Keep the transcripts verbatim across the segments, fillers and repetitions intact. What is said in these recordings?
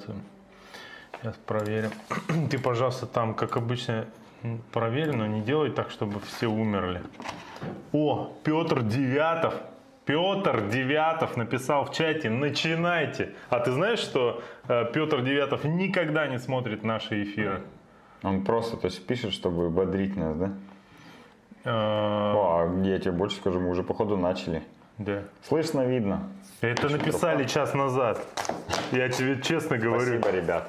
трансляцию. Сейчас проверим. Ты, пожалуйста, там, как обычно, проверь, но не делай так, чтобы все умерли. О, Петр Девятов. Петр Девятов написал в чате: начинайте. А ты знаешь, что э, Петр Девятов никогда не смотрит наши эфиры? Он просто, то есть, пишет, чтобы бодрить нас, да? О, а я тебе больше скажу, мы уже походу начали. Да. Слышно, видно. Это Очень написали круто. час назад. Я тебе честно говорю. Спасибо, ребят.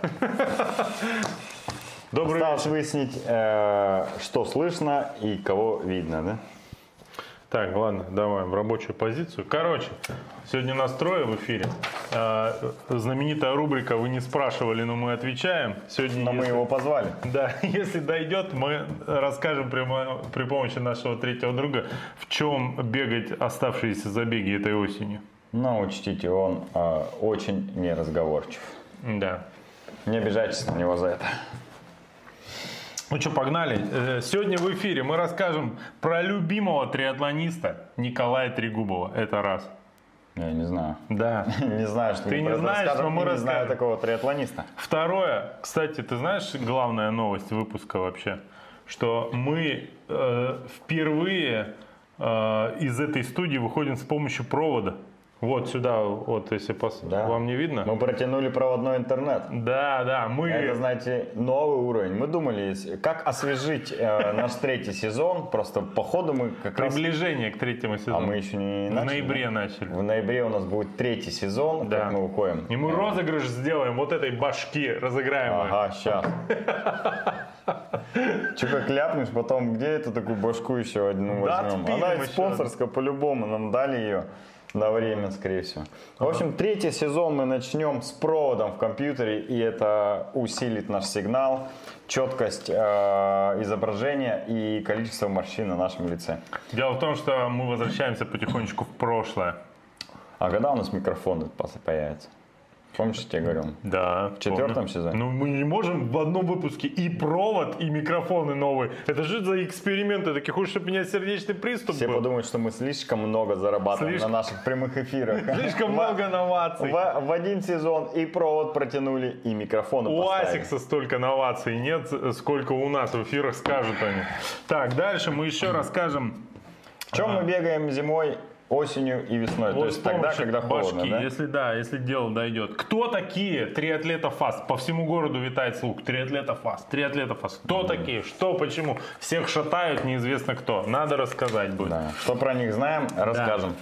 Добрый Осталось вечер. выяснить, э, что слышно и кого видно, да? Так, ладно, давай в рабочую позицию. Короче, сегодня нас трое в эфире. А, знаменитая рубрика «Вы не спрашивали, но мы отвечаем». Сегодня, Но мы если- его позвали. Да, если дойдет, мы расскажем прямо при помощи нашего третьего друга, в чем бегать оставшиеся забеги этой осенью. Но учтите, он э, очень неразговорчив. Да. Не обижайтесь на него за это. Ну что, погнали. Э, Сегодня в эфире мы расскажем про любимого триатлониста Николая Трегубова. Это раз. Я не знаю. Да. Не знаю, что Ты мы не про это знаешь, расскажем, но мы и не знаю расскажем. такого триатлониста. Второе. Кстати, ты знаешь главная новость выпуска вообще? Что мы э, впервые э, из этой студии выходим с помощью провода. Вот сюда, вот если пос... Да. вам не видно. Мы протянули проводной интернет. Да, да, мы... Это, знаете, новый уровень. Мы думали, как освежить э, наш третий сезон. Просто по ходу мы как раз... Приближение к третьему сезону. А мы еще не в начали. ноябре да? начали. В ноябре у нас будет третий сезон, Да. как мы выходим. И мы розыгрыш сделаем вот этой башки, разыграем ее. Ага, сейчас. Че как ляпнешь, потом где эту такую башку еще одну Да, возьмем? отпилим Она еще спонсорская по-любому, нам дали ее на время, скорее всего. В общем, третий сезон мы начнем с проводом в компьютере, и это усилит наш сигнал, четкость э, изображения и количество морщин на нашем лице. Дело в том, что мы возвращаемся потихонечку в прошлое. А когда у нас микрофоны появятся? Помнишь, я тебе говорил? Да. В четвертом помню. сезоне? Ну, мы не можем в одном выпуске и провод, и микрофоны новые. Это же за эксперименты такие. Хочешь, чтобы у меня сердечный приступ Все был? подумают, что мы слишком много зарабатываем Слишком- на наших прямых эфирах. Слишком В- много новаций. В, в один сезон и провод протянули, и микрофоны У поставили. Асикса столько новаций нет, сколько у нас в эфирах скажут они. Так, дальше мы еще расскажем. В чем мы бегаем зимой, осенью и весной? То Вот есть с тогда, помощью когда холодно, башки, да? если да, если дело дойдет. Кто такие триатлета ФАС? По всему городу витает слух. Триатлета ФАС, триатлета ФАС. Кто такие? Что, почему? Всех шатают, неизвестно кто. Надо рассказать будет. Да. Что про них знаем, расскажем.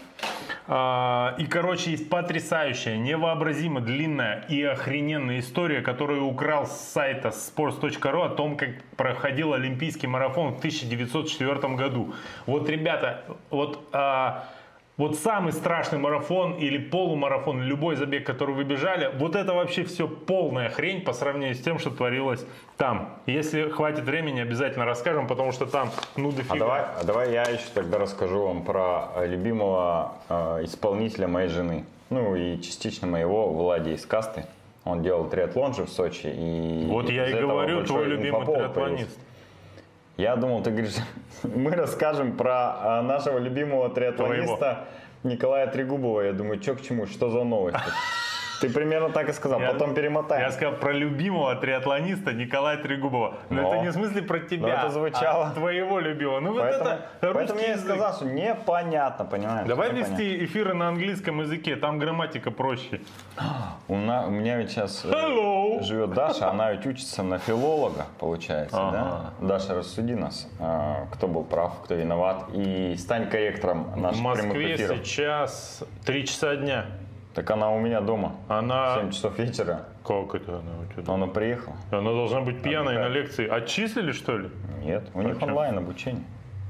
А, И, короче, есть потрясающая, невообразимо длинная и охрененная история, которую украл с сайта sports точка ру о том, как проходил Олимпийский марафон в тысяча девятьсот четвёртом году. Вот, ребята, вот... а, Вот самый страшный марафон или полумарафон, любой забег, который вы бежали, вот это вообще все полная хрень по сравнению с тем, что творилось там. Если хватит времени, обязательно расскажем, потому что там, ну, дофига. А давай, а давай я еще тогда расскажу вам про э, любимого э, исполнителя моей жены. Ну и частично моего, Влади из Касты. Он делал триатлон же в Сочи. И Вот я из и этого говорю, большой твой любимый инфоповод триатлонист. появился. Я думал, ты говоришь, мы расскажем про а, нашего любимого триатлониста Николая Трегубова. Я думаю, что к чему, что за новость? Ты примерно так и сказал, Я- потом перемотай. Я сказал про любимого триатлониста Николая Трегубова. Но, Но. это не в смысле про тебя, это звучало. а твоего любимого. Ну вот Поэтому, это поэтому русский я и язык. сказал, что непонятно, понимаешь? Давай непонятно. вести эфиры на английском языке, там грамматика проще. У, на- у меня ведь сейчас э, Hello. живет Даша, она ведь учится на филолога, получается, Ага. да? Даша, рассуди нас, а, кто был прав, кто виноват, и стань корректором В наших прямых Москве эфиров. сейчас три часа дня. Так она у меня дома, Она... семь часов вечера, Как это она у тебя? она приехала. Она должна быть пьяной Отдыхает. на лекции. Отчислили, что ли? Нет, у них чё? онлайн обучение.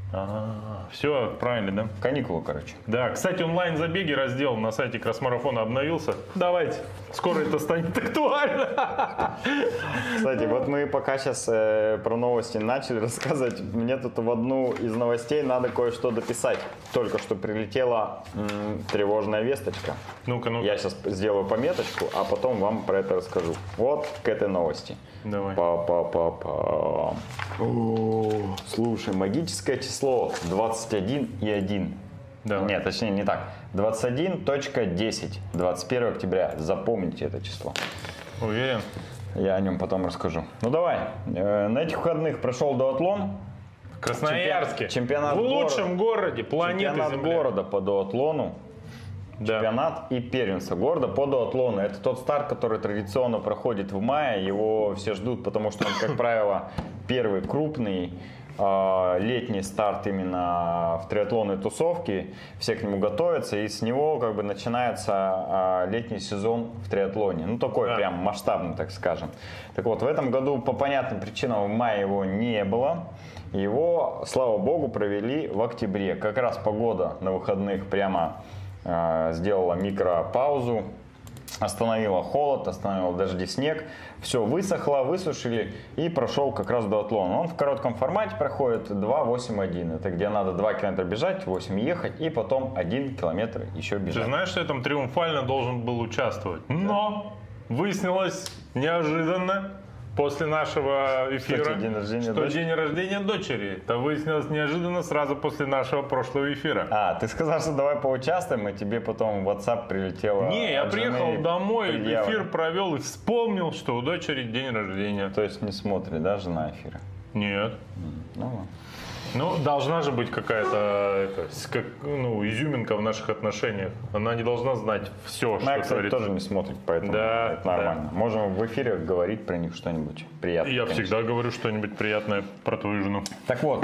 Все, отправили, да? Каникулы, короче. Да, кстати, онлайн-забеги раздел на сайте Кросмарафона обновился. Давайте, скоро это станет актуально. Кстати, вот мы пока сейчас э, про новости начали рассказывать. Мне тут в одну из новостей надо кое-что дописать. Только что прилетела м, тревожная весточка. Ну-ка, ну-ка. Я сейчас сделаю пометочку, а потом вам про это расскажу. Вот к этой новости. Давай. Па-па-па-па. О, слушай, магическое число двадцать один и один. Давай. Нет, точнее не так. двадцать один точка десять. двадцать первого октября. Запомните это число. Уверен? Я о нем потом расскажу. Ну давай, э, на этих выходных прошел дуатлон. В Красноярске. Чемпионат в города. лучшем городе планеты Чемпионат Земля. города по дуатлону. Да. Чемпионат и первенство города по дуатлону. Это тот старт, который традиционно проходит в мае. Его все ждут, потому что он, как правило, первый крупный э, летний старт именно в триатлонной тусовке. Все к нему готовятся, и с него как бы начинается э, летний сезон в триатлоне. Ну, такой Да. прям масштабный, так скажем. Так вот, в этом году по понятным причинам в мае его не было. Его, слава богу, провели в октябре. Как раз погода на выходных прямо э, сделала микропаузу, остановила холод, остановила дожди, снег. Все высохло, высушили, и прошел как раз дуатлон. Он в коротком формате проходит два восемь один. Это где надо два километра бежать, восемь ехать, и потом один километр еще Ты бежать. знаешь, что я там триумфально должен был участвовать? Но выяснилось неожиданно после нашего эфира, Что, день рождения что дочери? день рождения дочери. Это выяснилось неожиданно сразу после нашего прошлого эфира. А, ты сказал, что давай поучаствуем, и тебе потом в WhatsApp прилетело. Не, я от жены приехал домой, предъява. эфир провел и вспомнил, что у дочери день рождения. То есть не смотрит, да, жена эфира? Нет. Ну, ладно. Ну, должна же быть какая-то это, с- как, ну, изюминка в наших отношениях. Она не должна знать все, Моя, что кстати, творится. тоже не смотрит, поэтому Да, это нормально. Можем в эфире говорить про них что-нибудь приятное. Я конечно. всегда говорю что-нибудь приятное про твою жену. Так вот.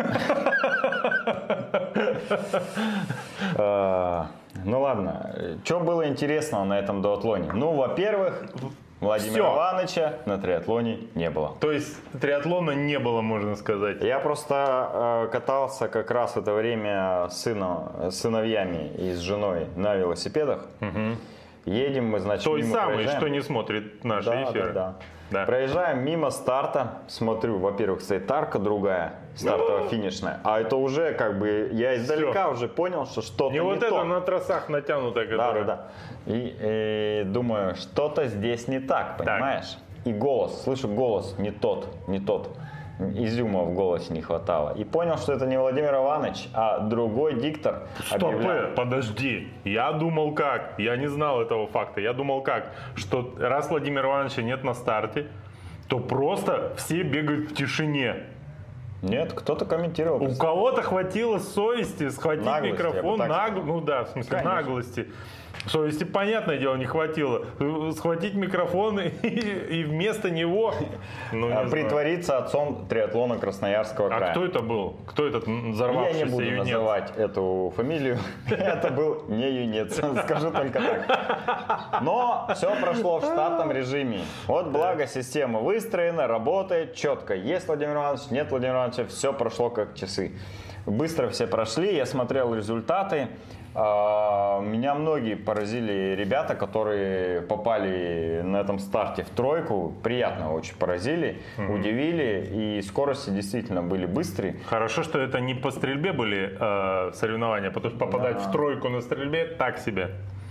Э, Ну ладно, что было интересного на этом дуатлоне? Ну, во-первых, Владимира Всё. Ивановича на триатлоне не было. То есть триатлона не было, можно сказать. Я просто э, катался как раз в это время с, сыном, с сыновьями и с женой на велосипедах. Едем мы, значит, Той мимо самой, проезжаем. что не смотрит наши Да, эфиры. да, да. Да. Проезжаем мимо старта, смотрю, во-первых, стоит арка другая, стартово-финишная, а это уже как бы, я издалека уже понял, что что-то Не не вот то. это на трассах натянутое, Да, да, которое... да. И, э, думаю, что-то здесь не так, понимаешь? И голос, слышу голос не тот, не тот. Изюма в голосе не хватало. И понял, что это не Владимир Иванович, а другой диктор. Стоп, объявлял. э, подожди. Я думал как, я не знал этого факта. Я думал как, что раз Владимира Ивановича нет на старте, то просто все бегают в тишине. Нет, кто-то комментировал. У кого-то хватило совести схватить Наглости, микрофон, я бы так наг- ну да, в смысле Конечно. наглости. Совести, понятное дело, не хватило. Схватить микрофон и, и вместо него, ну, не А, знаю. притвориться отцом триатлона Красноярского А края. кто это был? Кто этот Я взорвавшийся не буду юнец? называть эту фамилию. Это был не юнец, скажу только так. Но все прошло в штатном режиме. Вот благо система выстроена, работает четко. Есть Владимир Иванович, нет Владимира Ивановича, все прошло как часы. Быстро все прошли, я смотрел результаты. А, Меня многие поразили ребята, которые попали на этом старте в тройку. Приятно очень поразили, удивили. И скорости действительно были быстрые. Хорошо, что это не по стрельбе были э, соревнования, потому что попадать в тройку на стрельбе так себе.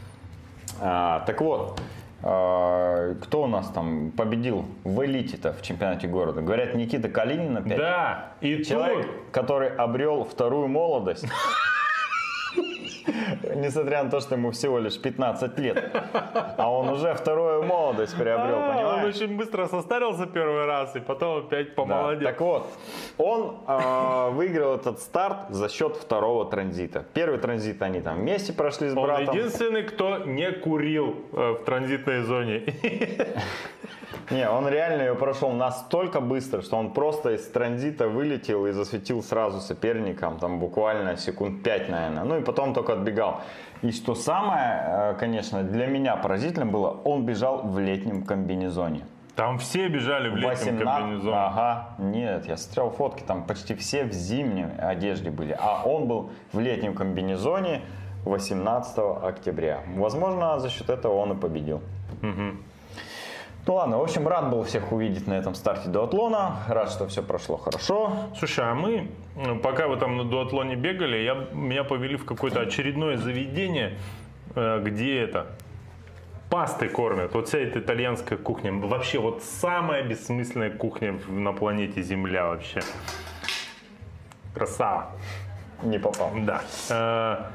А, так вот, а, кто у нас там победил в элите-то в чемпионате города? Говорят, Никита Калинин опять. Да, и Человек, тут который обрел вторую молодость. Несмотря на то, что ему всего лишь пятнадцать лет. А он уже вторую молодость приобрел, а, он понимаешь? очень быстро состарился первый раз и потом опять Да. помолодел. Так вот, он э, выиграл этот старт за счет второго транзита. Первый транзит они там вместе прошли с Он братом. единственный, кто не курил э, в транзитной зоне. Не, он реально ее прошел настолько быстро, что он просто из транзита вылетел и засветил сразу соперникам, там буквально секунд пять, наверное. Ну и потом только отбегал. И что самое, э, конечно, для меня поразительно было, он бежал в летнем комбинезоне. Там все бежали в летнем восемнадцать комбинезоне. Ага, нет, я смотрел фотки, там почти все в зимней одежде были, а он был в летнем комбинезоне восемнадцатого октября. Возможно, за счет этого он и победил. Ну ладно, в общем, рад был всех увидеть на этом старте дуатлона, рад, что все прошло хорошо. Слушай, а мы, ну, пока вы там на дуатлоне бегали, я, меня повели в какое-то очередное заведение, э, где это, пасты кормят. Вот вся эта итальянская кухня, вообще вот самая бессмысленная кухня на планете Земля вообще. Красава. Не попал. Да. Э,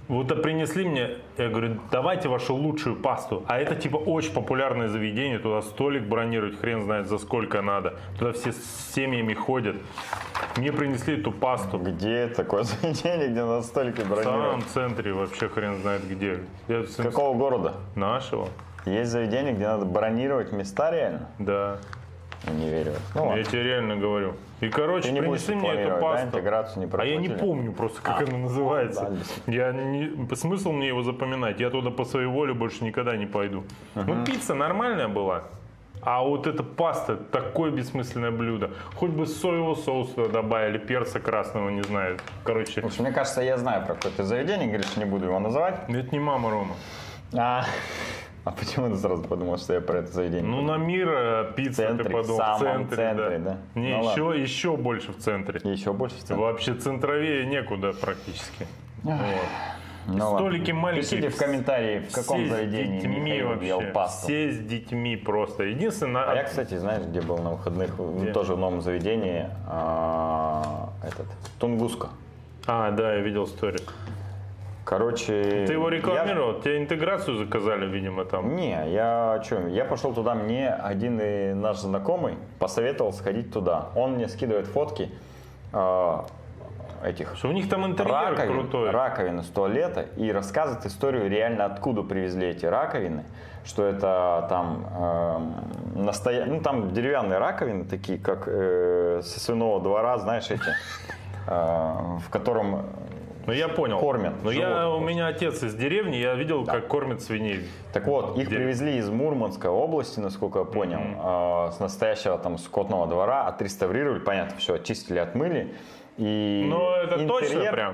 Вот принесли мне, я говорю, давайте вашу лучшую пасту. А это типа очень популярное заведение, туда столик бронировать, хрен знает за сколько надо. Туда все с семьями ходят. Мне принесли эту пасту. Где такое заведение, где на столике В бронировать? самом центре, вообще хрен знает где. Я... Какого города? Нашего. Есть заведение, где надо бронировать места реально? Да. Не верю. Ну, Я ладно. тебе реально говорю. И, короче, Ты не будешь принесли мне эту планировать, да, пасту. интеграцию не А я не проходили? помню просто, как она называется. да, я не... Смысл мне его запоминать? Я туда по своей воле больше никогда не пойду. Ну, пицца нормальная была. А вот эта паста, такое бессмысленное блюдо. Хоть бы соевого соуса добавили, перца красного, не знаю. Короче, Слушай, мне кажется, я знаю про какое-то заведение, говоришь, не буду его называть. это не мама Рома. А, а почему ты сразу подумал, что я про это заведение? Ну, на мира пицца, центре, ты подумал, в самом в центре, центре, да. да? Не, Ну, еще, ладно. еще больше в центре. И еще больше в центре. Вообще центровее некуда практически. Вот. Ну, Столики ладно. маленькие. Пишите в комментарии, в каком Все с заведении детьми Михаил ел вообще. пасту. Все с детьми просто. Единственное, А я, кстати, знаешь, где был на выходных? Где? Тоже в новом заведении. а, Этот, Тунгуска. А, да, я видел сторис. Короче... Ты его я- рекламировал? Тебе интеграцию заказали, видимо, там. Не, я что, я пошел туда, мне один и наш знакомый посоветовал сходить туда. Он мне скидывает фотки а, этих Что у них там интерьер раковин, крутой. раковин из туалета и рассказывает историю реально, откуда привезли эти раковины, что это там эм, настоя... ну там деревянные раковины такие, как э, со свиного двора, знаешь эти, э, в котором Ну я понял. кормят Но я, животных. у меня отец из деревни, я видел, как кормят свиней. Так вот, их Где? привезли из Мурманской области, насколько я понял, э, с настоящего там скотного двора, отреставрировали, понятно, все, очистили, отмыли. И Ну это точно интерьер- прям.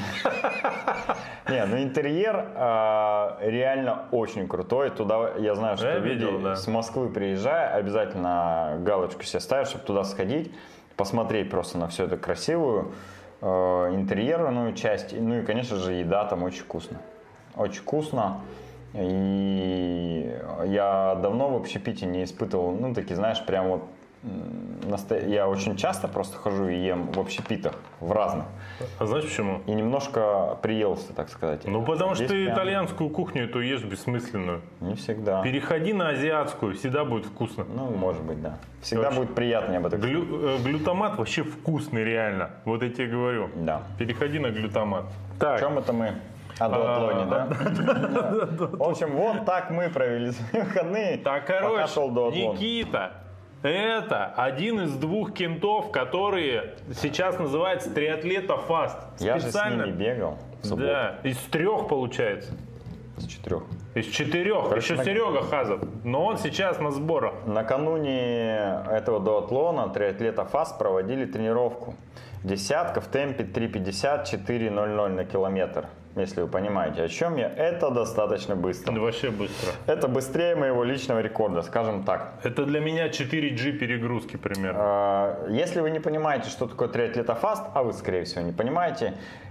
Не, ну интерьер э, реально очень крутой. Туда, я знаю, что Я люди видел, да. с Москвы, приезжая, обязательно галочку себе ставят, чтобы туда сходить, посмотреть просто на всю эту красивую э, интерьерную часть. Ну и, конечно же, еда там очень вкусно. Очень вкусно. И я давно в общепите не испытывал, ну, такие, знаешь, прям вот м, насто- я очень часто просто хожу и ем в общепитах, в разных. А знаешь почему? И немножко приелся, так сказать. Ну потому что Здесь ты прям итальянскую кухню эту ешь бессмысленную. Не всегда. Переходи на азиатскую, всегда будет вкусно. Ну, может быть, да. Всегда Вообще. будет приятно, я бы так сказал. Глю- э, глютамат вообще вкусный, реально. Вот я тебе говорю. Да. Переходи на глютамат. В Так, чем это мы? О дуатлоне, да? Да. В общем, вот так мы провели свои выходные. так, Пока короче, шел дуатлон. Никита, это один из двух кентов, которые сейчас называется триатлета фаст. Я же с Специально. ними бегал в субботу. Да, из трех получается. С четырех. Из четырех. Короче, Еще на- Серега Хазов. Но он сейчас на сборах. Накануне этого дуатлона триатлета ФАС проводили тренировку. Десятка в темпе три пятьдесят - четыре ноль ноль на километр. Если вы понимаете, о чем я, это достаточно быстро. Да вообще быстро. Это быстрее моего личного рекорда, скажем так. Это для меня четыре джи перегрузки примерно. А, Если вы не понимаете, что такое триатлетофаст, а вы, скорее всего, не понимаете,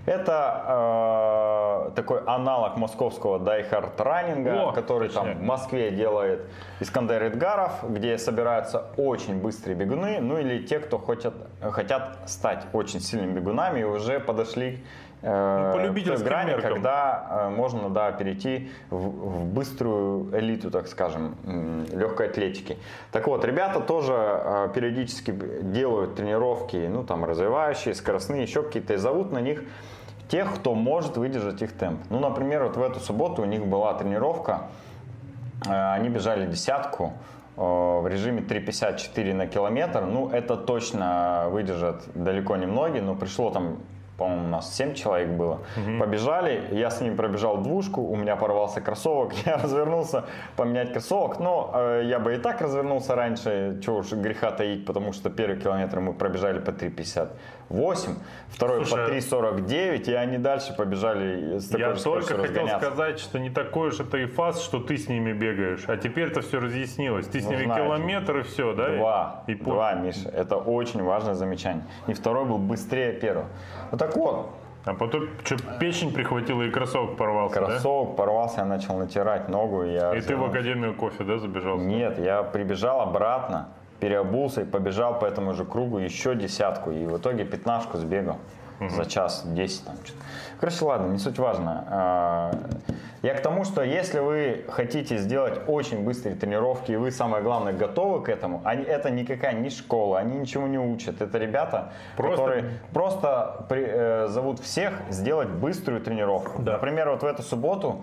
это э, такой аналог московского дайхард-раннинга, О, который точно. там в Москве делает Искандер Эдгаров, где собираются очень быстрые бегуны, ну или те, кто хотят, хотят стать очень сильными бегунами и уже подошли э, по к той любительским грани, меркам. когда э, можно, да, перейти в, в быструю элиту, так скажем, м, легкой атлетики. Так вот, ребята тоже э, периодически делают тренировки, ну там развивающие, скоростные, еще какие-то, и зовут на них тех, кто может выдержать их темп. Ну, например, вот в эту субботу у них была тренировка, э, они бежали десятку э, в режиме три пятьдесят четыре на километр. Ну, это точно выдержат далеко не многие, но пришло там, по-моему, у нас семь человек было. Мгм. Побежали, я с ними пробежал двушку, у меня порвался кроссовок, я развернулся поменять кроссовок, но э, я бы и так развернулся раньше, чего уж греха таить, потому что первый километр мы пробежали по три пятьдесят восемь, второй Слушай, по три сорок девять, и они дальше побежали с такой Я же только скоростью хотел разгоняться. сказать, что не такой уж это и фас, что ты с ними бегаешь. А теперь это все разъяснилось. Ты с Ну, ними знаете. километр и все, да? Два, И по- два, Миша, это очень важное замечание. И второй был быстрее первого. Вот так вот, А потом что, печень прихватила и кроссовок порвался, кроссовок порвался, я начал натирать ногу. И, я да? И ты в развернулся. Академию кофе, да, забежал? Нет, я прибежал обратно, переобулся и побежал по этому же кругу еще десятку. И в итоге пятнашку сбегал. угу. за час десять. Там, короче, ладно, не суть важно. Я к тому, что если вы хотите сделать очень быстрые тренировки, и вы, самое главное, готовы к этому, они, это никакая не школа, они ничего не учат. Это ребята, просто... которые просто при, э, зовут всех сделать быструю тренировку. Да. Например, вот в эту субботу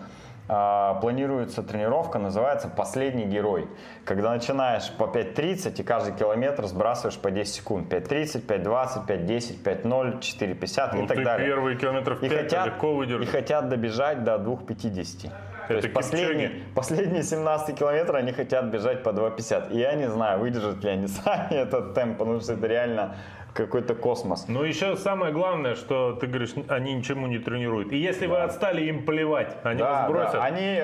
э, планируется тренировка, называется «Последний герой». Когда начинаешь по пять тридцать и каждый километр сбрасываешь по десять секунд. пять тридцать, пять двадцать, пять десять, пять ноль, четыре пятьдесят ну, и так далее. Первые километров пять хотят, легко выдержишь. И хотят добежать до два пятьдесят. То есть последние, последние семнадцать километров они хотят бежать по два пятьдесят. И я не знаю, выдержат ли они сами этот темп, потому что это реально какой-то космос. Но еще самое главное, что ты говоришь, они ничему не тренируют. И если да. вы отстали, им плевать, они да, вас бросят. Да. Они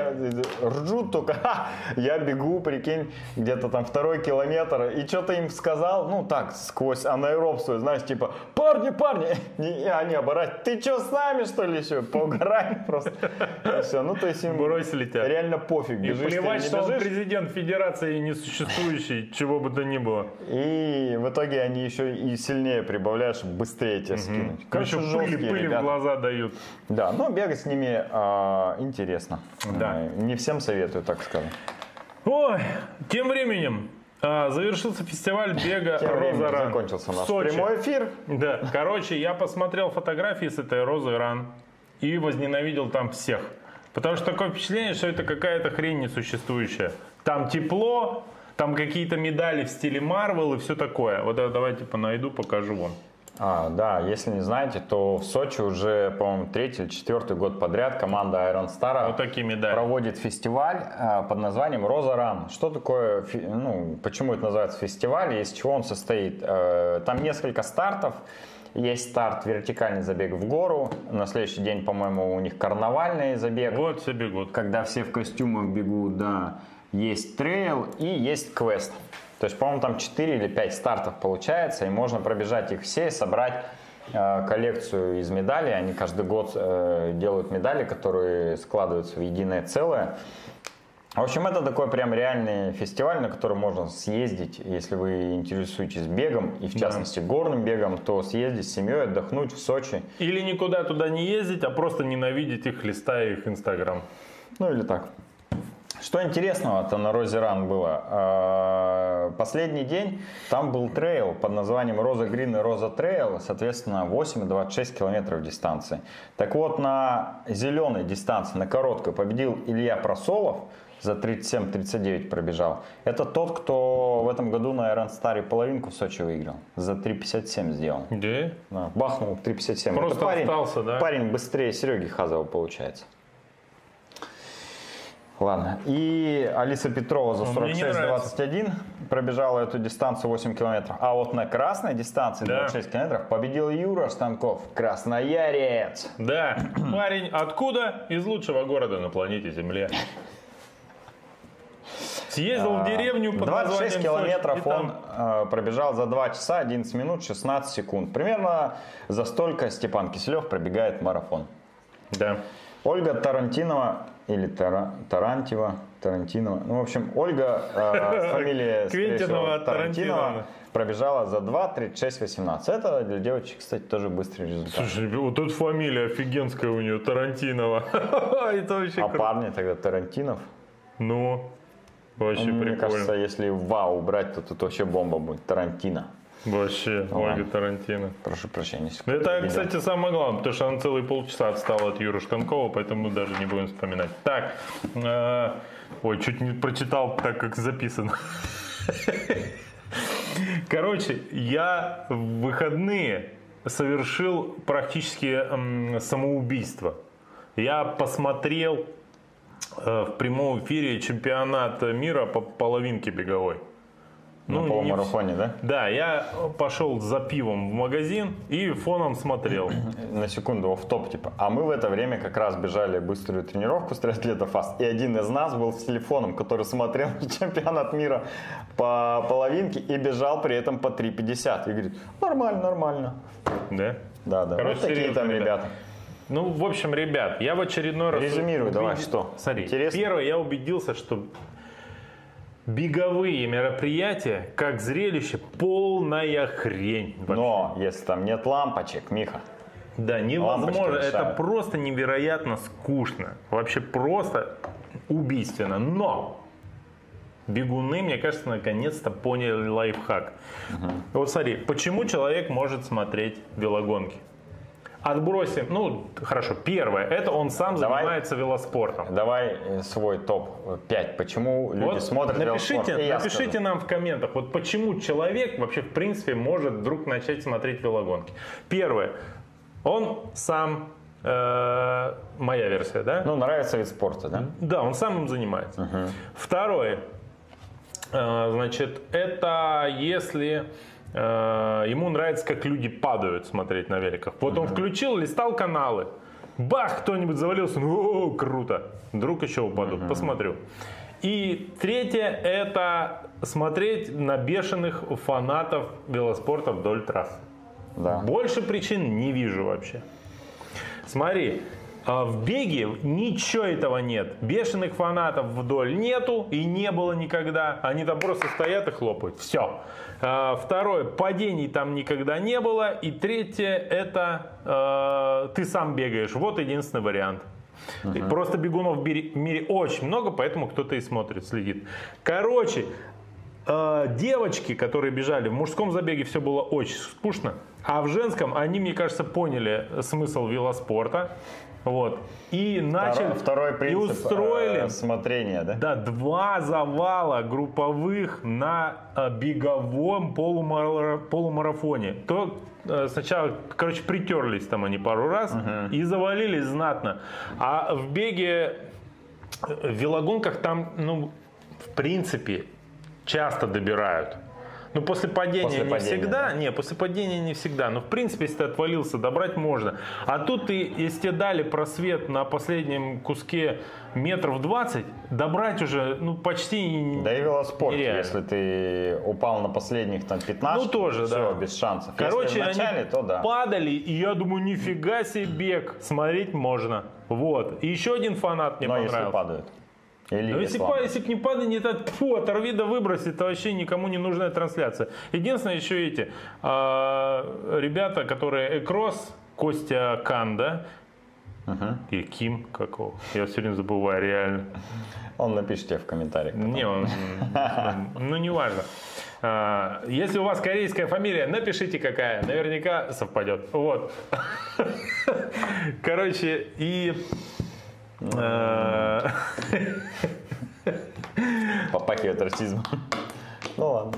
ржут только, ха, я бегу, прикинь, где-то там второй километр, и что-то им сказал, ну так, сквозь анаэроб свой, знаешь, типа, парни, парни, и они оборачивают, ты что, с нами, что ли, еще? Поугараем просто. И все, ну то есть им бросили тебя. Реально пофиг, бежишь, и плевать, что бежишь. Он президент федерации несуществующий, чего бы то ни было. И в итоге они еще и сильнее прибавляют, чтобы быстрее тебя скинуть. Короче, пыли, пыли в глаза дают. Да, но бегать с ними э, интересно. Да. Э, не всем советую, так скажем. Ой, тем временем э, завершился фестиваль бега Роза Ран. Закончился наш прямой эфир. Да, короче, я посмотрел фотографии с этой Розы Ран и возненавидел там всех. Потому что такое впечатление, что это какая-то хрень несуществующая. Там тепло, там какие-то медали в стиле Марвел и все такое. Вот это давайте типа найду, покажу вам. А, да, если не знаете, то в Сочи уже, по-моему, третий или четвертый год подряд команда Iron Star вот такие медали. Проводит фестиваль а, под названием Роза Ран. Что такое, ну, почему это называется фестиваль и из чего он состоит? А, там несколько стартов. Есть старт вертикальный забег в гору. На следующий день, по-моему, у них карнавальный забег. Вот все бегут. Когда все в костюмах бегут, да. Есть трейл и есть квест. То есть, по-моему, там четыре или пять стартов получается, и можно пробежать их все и собрать э, коллекцию из медалей. Они каждый год э, делают медали, которые складываются в единое целое. В общем, это такой прям реальный фестиваль, на который можно съездить, если вы интересуетесь бегом, и в частности да. горным бегом, то съездить с семьей, отдохнуть в Сочи. Или никуда туда не ездить, а просто ненавидеть их, листая их Инстаграм. Ну или так. Что интересного-то на Розе Ран было? Последний день там был трейл под названием Роза Грин и Роза Трейл, соответственно, восемь и двадцать шесть километров дистанции. Так вот, на зеленой дистанции, на короткой, победил Илья Просолов, за тридцать семь тридцать девять пробежал. Это тот, кто в этом году на Iron Star половинку в Сочи выиграл. За три пятьдесят семь сделал. Где? Да, бахнул три пятьдесят семь. Просто парень, остался, да? Парень быстрее Сереги Хазова получается. Ладно. И Алиса Петрова за сорок шесть двадцать один пробежала эту дистанцию восемь километров. А вот на красной дистанции двадцать шесть да. километров победил Юра Станков, красноярец. Да, парень откуда? Из лучшего города на планете Земля. Съездил в деревню под двадцать шесть километров Сочи, он там... пробежал за два часа одиннадцать минут шестнадцать секунд. Примерно за столько Степан Киселев пробегает марафон. Да. Ольга Тарантинова или Тара, Тарантьева, Тарантинова, ну в общем Ольга э, фамилия Квентинова, Тарантинова пробежала за два тридцать шесть восемнадцать. Это для девочек, кстати, тоже быстрый результат. Слушай, вот тут фамилия офигенская у нее, Тарантинова. Это вообще а парни тогда Тарантинов? Ну, вообще ну, прикольно. Мне кажется, если вау убрать, то тут вообще бомба будет. Тарантино. Вообще, ну, Ольга Тарантино. Прошу прощения. Это, видел. Кстати, самое главное, потому что она целые полчаса отстала от Юры Штанкова, поэтому мы даже не будем вспоминать. Так, э, ой, чуть не прочитал так, как записано. Короче, я в выходные совершил практически э, самоубийство. Я посмотрел э, в прямом эфире чемпионат мира по половинке беговой. На ну, полумарафоне, да? Да, я пошел за пивом в магазин и фоном смотрел. На секунду, офф-топ, типа. А мы в это время как раз бежали быструю тренировку с Триатлета Фаст. И один из нас был с телефоном, который смотрел чемпионат мира по половинке и бежал при этом по три пятьдесят. И говорит, нормально, нормально. Да? Да, да. Короче, вот такие там ребята. ребята. Ну, в общем, ребят, я в очередной раз... Резюмирую, давай, что? Смотри, интересно? Первое, я убедился, что... Беговые мероприятия, как зрелище, полная хрень. Вообще. Но если там нет лампочек, Миха. Да, невозможно. Лампочка Это решает. просто невероятно скучно. Вообще просто убийственно. Но бегуны, мне кажется, наконец-то поняли лайфхак. Угу. Вот смотри, почему человек может смотреть велогонки? Отбросим, ну хорошо, первое, это он сам Давай. занимается велоспортом. Давай свой топ пять, почему люди вот смотрят напишите, велоспорт. Напишите нам в комментах, вот почему человек вообще в принципе может вдруг начать смотреть велогонки. Первое, он сам, э, моя версия, да? Ну, нравится вид спорта, да? Да, он сам им занимается. Угу. Второе, э, значит, это если... ему нравится, как люди падают, смотреть на великах. Вот uh-huh. он включил, листал каналы. Бах, кто-нибудь завалился. Ну, о, круто. Вдруг еще упаду. Uh-huh. Посмотрю. И третье, это смотреть на бешеных фанатов велоспорта вдоль трасс. Да. Больше причин не вижу вообще. Смотри. В беге ничего этого нет. Бешеных фанатов вдоль нету и не было никогда. Они там просто стоят и хлопают. Все. Второе, падений там никогда не было. И третье, это э, ты сам бегаешь. Вот единственный вариант. Uh-huh. Просто бегунов в мире, в мире очень много, поэтому кто-то и смотрит, следит. Короче, э, девочки, которые бежали в мужском забеге, все было очень скучно. А в женском они, мне кажется, поняли смысл велоспорта. Вот. И начали, второй принцип, и устроили э, смотрения, да? Да, два завала групповых на э, беговом полумара, полумарафоне. То э, сначала, короче, притерлись там они пару раз uh-huh. и завалились знатно. А в беге, в велогонках там, ну, в принципе, часто добирают. Ну, после падения после не падения, всегда. Да? Не, после падения не всегда. Но, в принципе, если ты отвалился, добрать можно. А тут, ты, если тебе дали просвет на последнем куске метров двадцать, добрать уже, ну, почти Да и велоспорт, нереально. Если ты упал на последних там пятнадцать, ну, тоже, все, да. без шансов. Короче, если в начале, они то да. падали, и я думаю, нифига себе бег. Смотреть можно. Вот. И еще один фанат мне Но понравился. если падают. Или Но если, па, если к не падает, то фу, оторви да выбрось, это вообще никому не нужная трансляция. Единственное, еще эти э, ребята, которые Экрос, Костя Канда, uh-huh. и Ким, какого, я все время забываю, реально. Он напишет тебе в комментариях. Потом. Не, он, ну не важно. Если у вас корейская фамилия, напишите какая, наверняка совпадет. Вот. Короче, и... Попахивает расизмом. Ну ладно.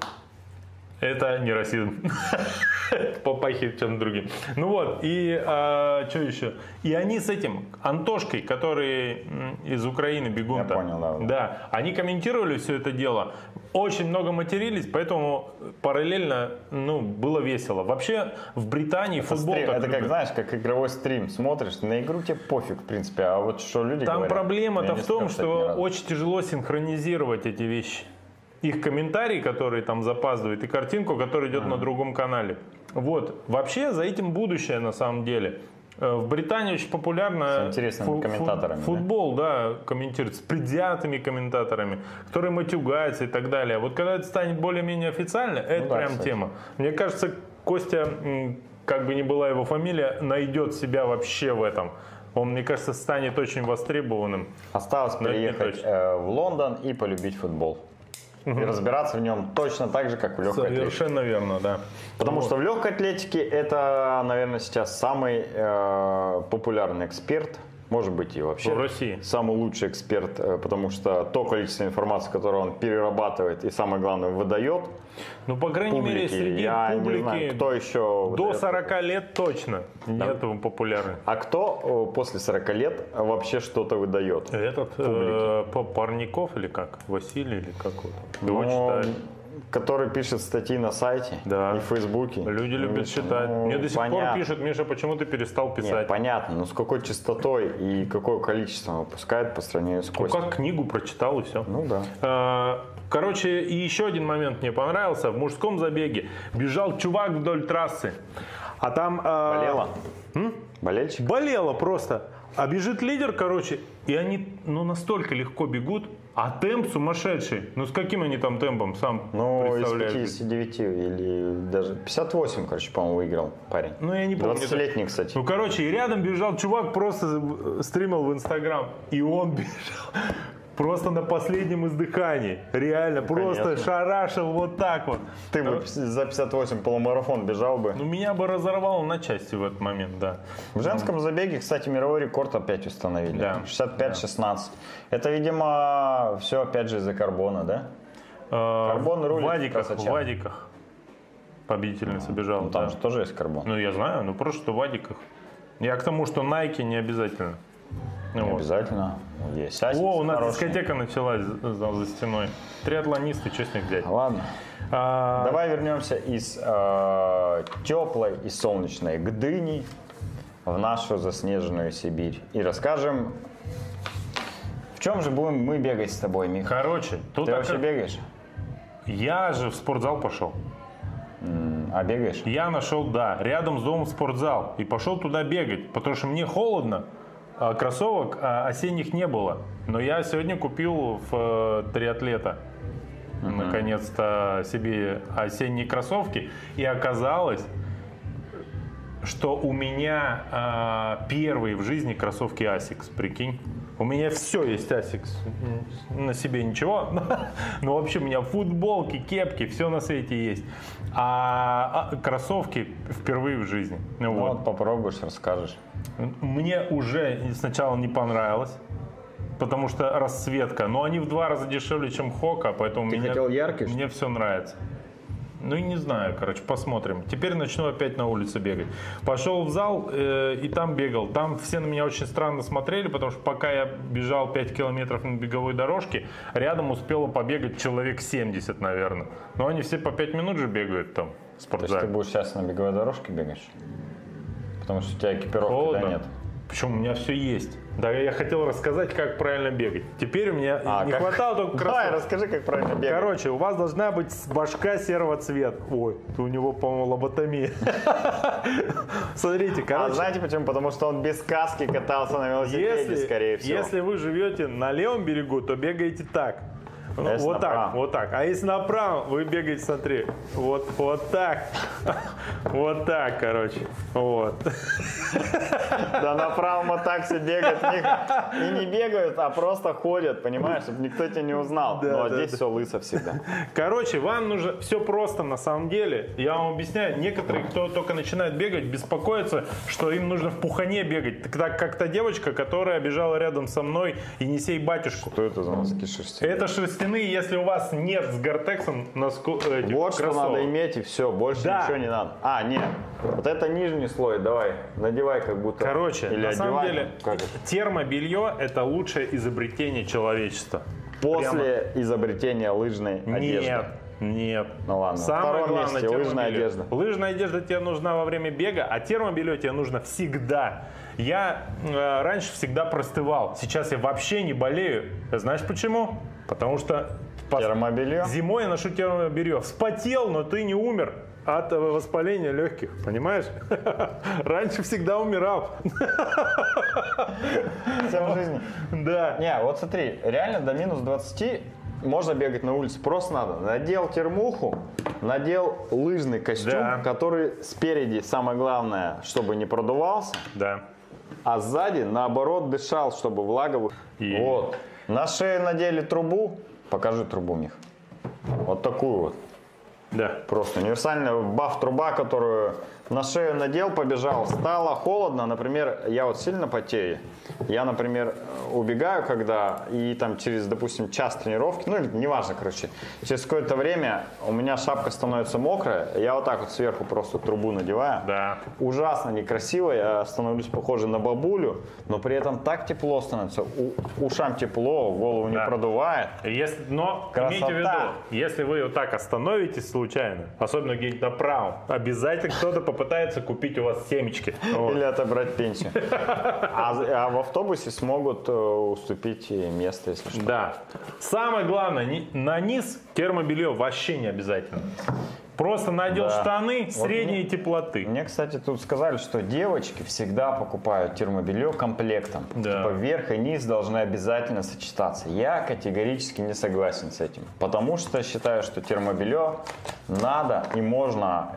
Это не расизм. Попахивает чем-то другим. Ну вот, и а, что еще? И они с этим Антошкой, который из Украины бегун. Я понял, да. Да, они комментировали все это дело. Очень много матерились, поэтому параллельно, ну, было весело. Вообще в Британии это футбол стрим, так это любят. как, знаешь, как игровой стрим. Смотришь, на игру тебе пофиг, в принципе, а вот что люди Там говорят. проблема-то в том, что очень тяжело синхронизировать эти вещи. Их комментарий, который там запаздывает, и картинку, которая идет mm. на другом канале. Вот. Вообще за этим будущее на самом деле. В Британии очень популярно с интересными фу- комментаторами, футбол, да? да, комментируют, с предвзятыми комментаторами, которые матюгаются и так далее. Вот когда это станет более-менее официально, это ну, да, прям кстати. Тема. Мне кажется, Костя, как бы ни была его фамилия, найдет себя вообще в этом. Он, мне кажется, станет очень востребованным. Осталось приехать э, в Лондон и полюбить футбол. И разбираться в нем точно так же, как в легкой атлетике. Совершенно верно, да. Потому вот. что в легкой атлетике это, наверное, сейчас самый э, популярный эксперт, может быть и вообще в России. Самый лучший эксперт, э, потому что то количество информации, которое он перерабатывает и, самое главное, выдает. Ну, по крайней публике, мере, среди я публики не знаю, кто еще до сорока лет точно да. нет его популярных. А кто после сорока лет вообще что-то выдает? Этот э, Парников или как? Василий или какой-то? Его ну, читают. Который пишет статьи на сайте да. и в Фейсбуке. Люди любят ну, читать. Ну, Мне до сих понятно. пор пишут: Миша, почему ты перестал писать? Нет, понятно, но с какой частотой и какое количество он выпускает по сравнению с Костей? Ну, как книгу прочитал и все. Ну да. Короче, и еще один момент мне понравился. В мужском забеге бежал чувак вдоль трассы. А там... Болело? М? Болельщик? Болело просто. А бежит лидер, короче, и они ну, настолько легко бегут. А темп сумасшедший. Ну с каким они там темпом, сам Ну, из представляешь? пятидесяти девяти или даже пятьдесят восемь, короче, по-моему, выиграл парень. Ну, я не помню. двадцатилетний, кстати. Ну, короче, и рядом бежал чувак, просто стримил в Инстаграм. И он бежал просто на последнем издыхании. Реально, Ну, просто конечно. шарашил вот так вот. Ты бы за пятьдесят восемь полумарафон бежал бы. Ну, меня бы разорвало на части в этот момент, да. В женском забеге, кстати, мировой рекорд опять установили. Да. шестьдесят пять шестнадцать. Это, видимо, все опять же из-за карбона, да? Карбон в рулит Вадиках, в красочам. Вадиках победительница бежала. Ну, там да. же тоже есть карбон. Ну, я знаю, ну просто что в Вадиках. Я к тому, что Nike не обязательно. Ну, Не вот. обязательно. Есть. О, у нас Хороший. дискотека началась за, за стеной. Триатлонисты, что с них взять? Ладно. А, Давай вернемся из э, теплой и солнечной Гдыни в нашу заснеженную Сибирь. И расскажем, в чем же будем мы бегать с тобой, Мих? Короче, тут Ты ока- вообще бегаешь? я же в спортзал пошел. А бегаешь? Я нашел, да, рядом с домом спортзал. И пошел туда бегать, потому что мне холодно. А кроссовок а, осенних не было. Но я сегодня купил в э, триатлета наконец-то себе осенние кроссовки. И оказалось, что у меня а, первые в жизни кроссовки Asics, прикинь. У меня все есть Asics. На себе ничего. Но вообще у меня футболки, кепки, все на свете есть. А, а кроссовки впервые в жизни. Ну, Ну, вот. вот попробуешь, расскажешь. Мне уже сначала не понравилось. Потому что расцветка. Но они в два раза дешевле, чем Хока. Поэтому Ты меня, хотел яркий, что мне все нравится. Ну и не знаю, короче, посмотрим. Теперь начну опять на улице бегать. Пошел в зал э, и там бегал. Там все на меня очень странно смотрели, потому что пока я бежал пять километров на беговой дорожке, рядом успело побегать человек семьдесят, наверное. Но они все по пять минут же бегают там в То есть ты спортзале. будешь сейчас на беговой дорожке бегаешь? Потому что у тебя экипировки Холодно. да, нет. Почему? У меня все есть. Да, я хотел рассказать, как правильно бегать. Теперь у меня А, не как? хватало только Давай, кроссовок. расскажи, как правильно бегать. Короче, у вас должна быть башка серого цвета. Ой, у него, по-моему, лоботомия. Смотрите, А короче, знаете почему? Потому что он без каски катался на велосипеде, если, скорее всего. если вы живете на левом берегу, то бегаете так. Ну, если вот так, направо? вот так. А если направо, вы бегаете, смотри, вот, вот так. Вот так, короче. Вот. Да направо мотакси бегают в них и не бегают, а просто ходят, понимаешь, чтобы никто тебя не узнал. Да, Ну а да, здесь да. все лысо всегда. Короче, вам нужно все просто на самом деле. Я вам объясняю, некоторые, кто только начинает бегать, беспокоятся, что им нужно в пухане бегать. Так как та девочка, которая бежала рядом со мной, Енисей батюшку. Что это за носки шерсти? Это шерстяные, если у вас нет с гортексом носку, этих Вот что кроссовок. надо иметь и все, больше Да. ничего не надо. А, нет, вот это нижний слой, давай, надевай как будто. Короче, Или на самом одевай, деле, как это? термобелье – это лучшее изобретение человечества. После изобретения лыжной одежды. Нет, нет. Ну ладно, Самое на втором главное месте лыжная термобелье. одежда. Лыжная одежда тебе нужна во время бега, а термобелье тебе нужно всегда. Я э, раньше всегда простывал, сейчас я вообще не болею. Знаешь почему? Потому что пос- Термобелье? зимой я ношу термобелье. Вспотел, но ты не умер от э, воспаления легких, понимаешь? Раньше всегда умирал. Вся в жизни. Да. Не, вот смотри, реально до минус двадцати можно бегать на улице. Просто надо. Надел термуху, надел лыжный костюм, Да. который спереди, самое главное, чтобы не продувался, Да. а сзади, наоборот, дышал, чтобы влага... вы- И- Вот. На шею надели трубу. Покажи трубу, Мих. Вот такую вот. Да. Просто универсальная баф-труба, которую на шею надел, побежал. Стало холодно, например, я вот сильно потею. Я, например, убегаю, когда, и там через, допустим, час тренировки, ну, неважно, короче, через какое-то время у меня шапка становится мокрая, я вот так вот сверху просто трубу надеваю. Да. Ужасно некрасиво, я становлюсь похожий на бабулю, но при этом так тепло становится, у- ушам тепло, голову не Да. продувает. Если, но Красота. имейте в виду, если вы вот так остановитесь случайно, особенно где-нибудь направо, обязательно кто-то попытается купить у вас семечки. Вот. Или отобрать пенсию. А, а в автобусе смогут э, уступить и место, если что. Да. Самое главное, ни- на низ термобелье вообще не обязательно. Просто надел Да. штаны Вот средней мне- теплоты. Мне, кстати, тут сказали, что девочки всегда покупают термобелье комплектом. Да. Типа верх и низ должны обязательно сочетаться. Я категорически не согласен с этим. Потому что считаю, что термобелье надо и можно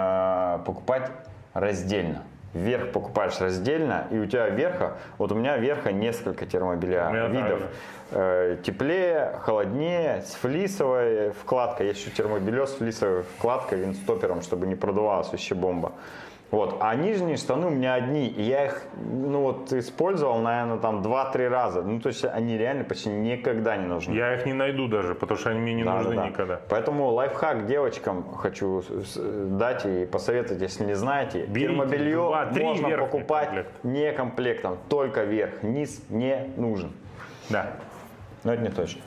э, покупать раздельно. Верх покупаешь раздельно, и у тебя верха, вот у меня верха несколько термобелья У меня видов. также. Э, теплее, холоднее, с флисовой вкладкой. Есть еще термобелье с флисовой вкладкой, винстопером, чтобы не продувалась вообще бомба. Вот. А нижние штаны у меня одни, и я их, ну вот, использовал, наверное, там два-три раза. Ну, то есть они реально почти никогда не нужны. Я их не найду даже, потому что они мне не Да, нужны да, да. никогда. Поэтому лайфхак девочкам хочу с- дать и посоветовать, если не знаете. Берите Термобелье два-три можно верхних покупать комплекта. не комплектом, только верх, низ не нужен. Да. Но это не точно.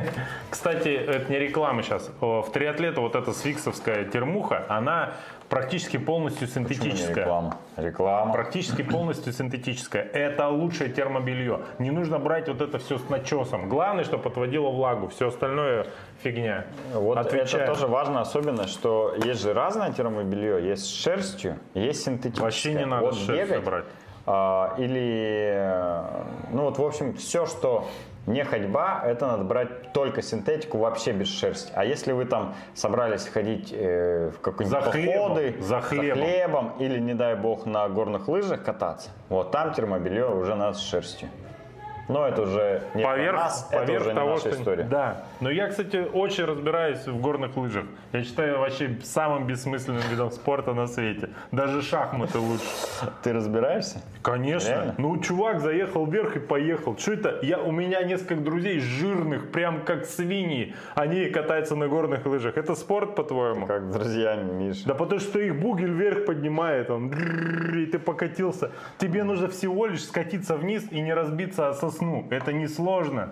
Кстати, это не реклама сейчас. В триатлета вот эта свиксовская термуха, она практически полностью Почему не синтетическая. реклама? Реклама. Практически полностью синтетическая. Это лучшее термобелье. Не нужно брать вот это все с начесом. Главное, чтобы отводило влагу. Все остальное фигня. Вот Отвечаю. это тоже важная особенность, что есть же разное термобелье, есть с шерстью, есть синтетическое. Вообще не надо вот с шерстью бегать, брать. а, или, э, ну вот в общем, все, что не ходьба, это надо брать только синтетику, вообще без шерсти. А если вы там собрались ходить э, в какие-нибудь За хлебом, походы, за хлебом. хлебом или, не дай бог, на горных лыжах кататься, вот там термобелье уже надо с шерстью. Но это уже не про Поверх, нас, это поверх уже не того, наша что... история. Да. Но я, кстати, очень разбираюсь в горных лыжах. Я считаю вообще самым бессмысленным видом спорта на свете. Даже шахматы лучше. Ты разбираешься? Конечно. Реально? Ну, чувак заехал вверх и поехал. Что это? Я, у меня несколько друзей жирных, прям как свиньи. Они катаются на горных лыжах. Это спорт, по-твоему? Как с друзьями, Миша. Да потому что их бугель вверх поднимает, он, и ты покатился. Тебе нужно всего лишь скатиться вниз и не разбиться о сосну. Это несложно.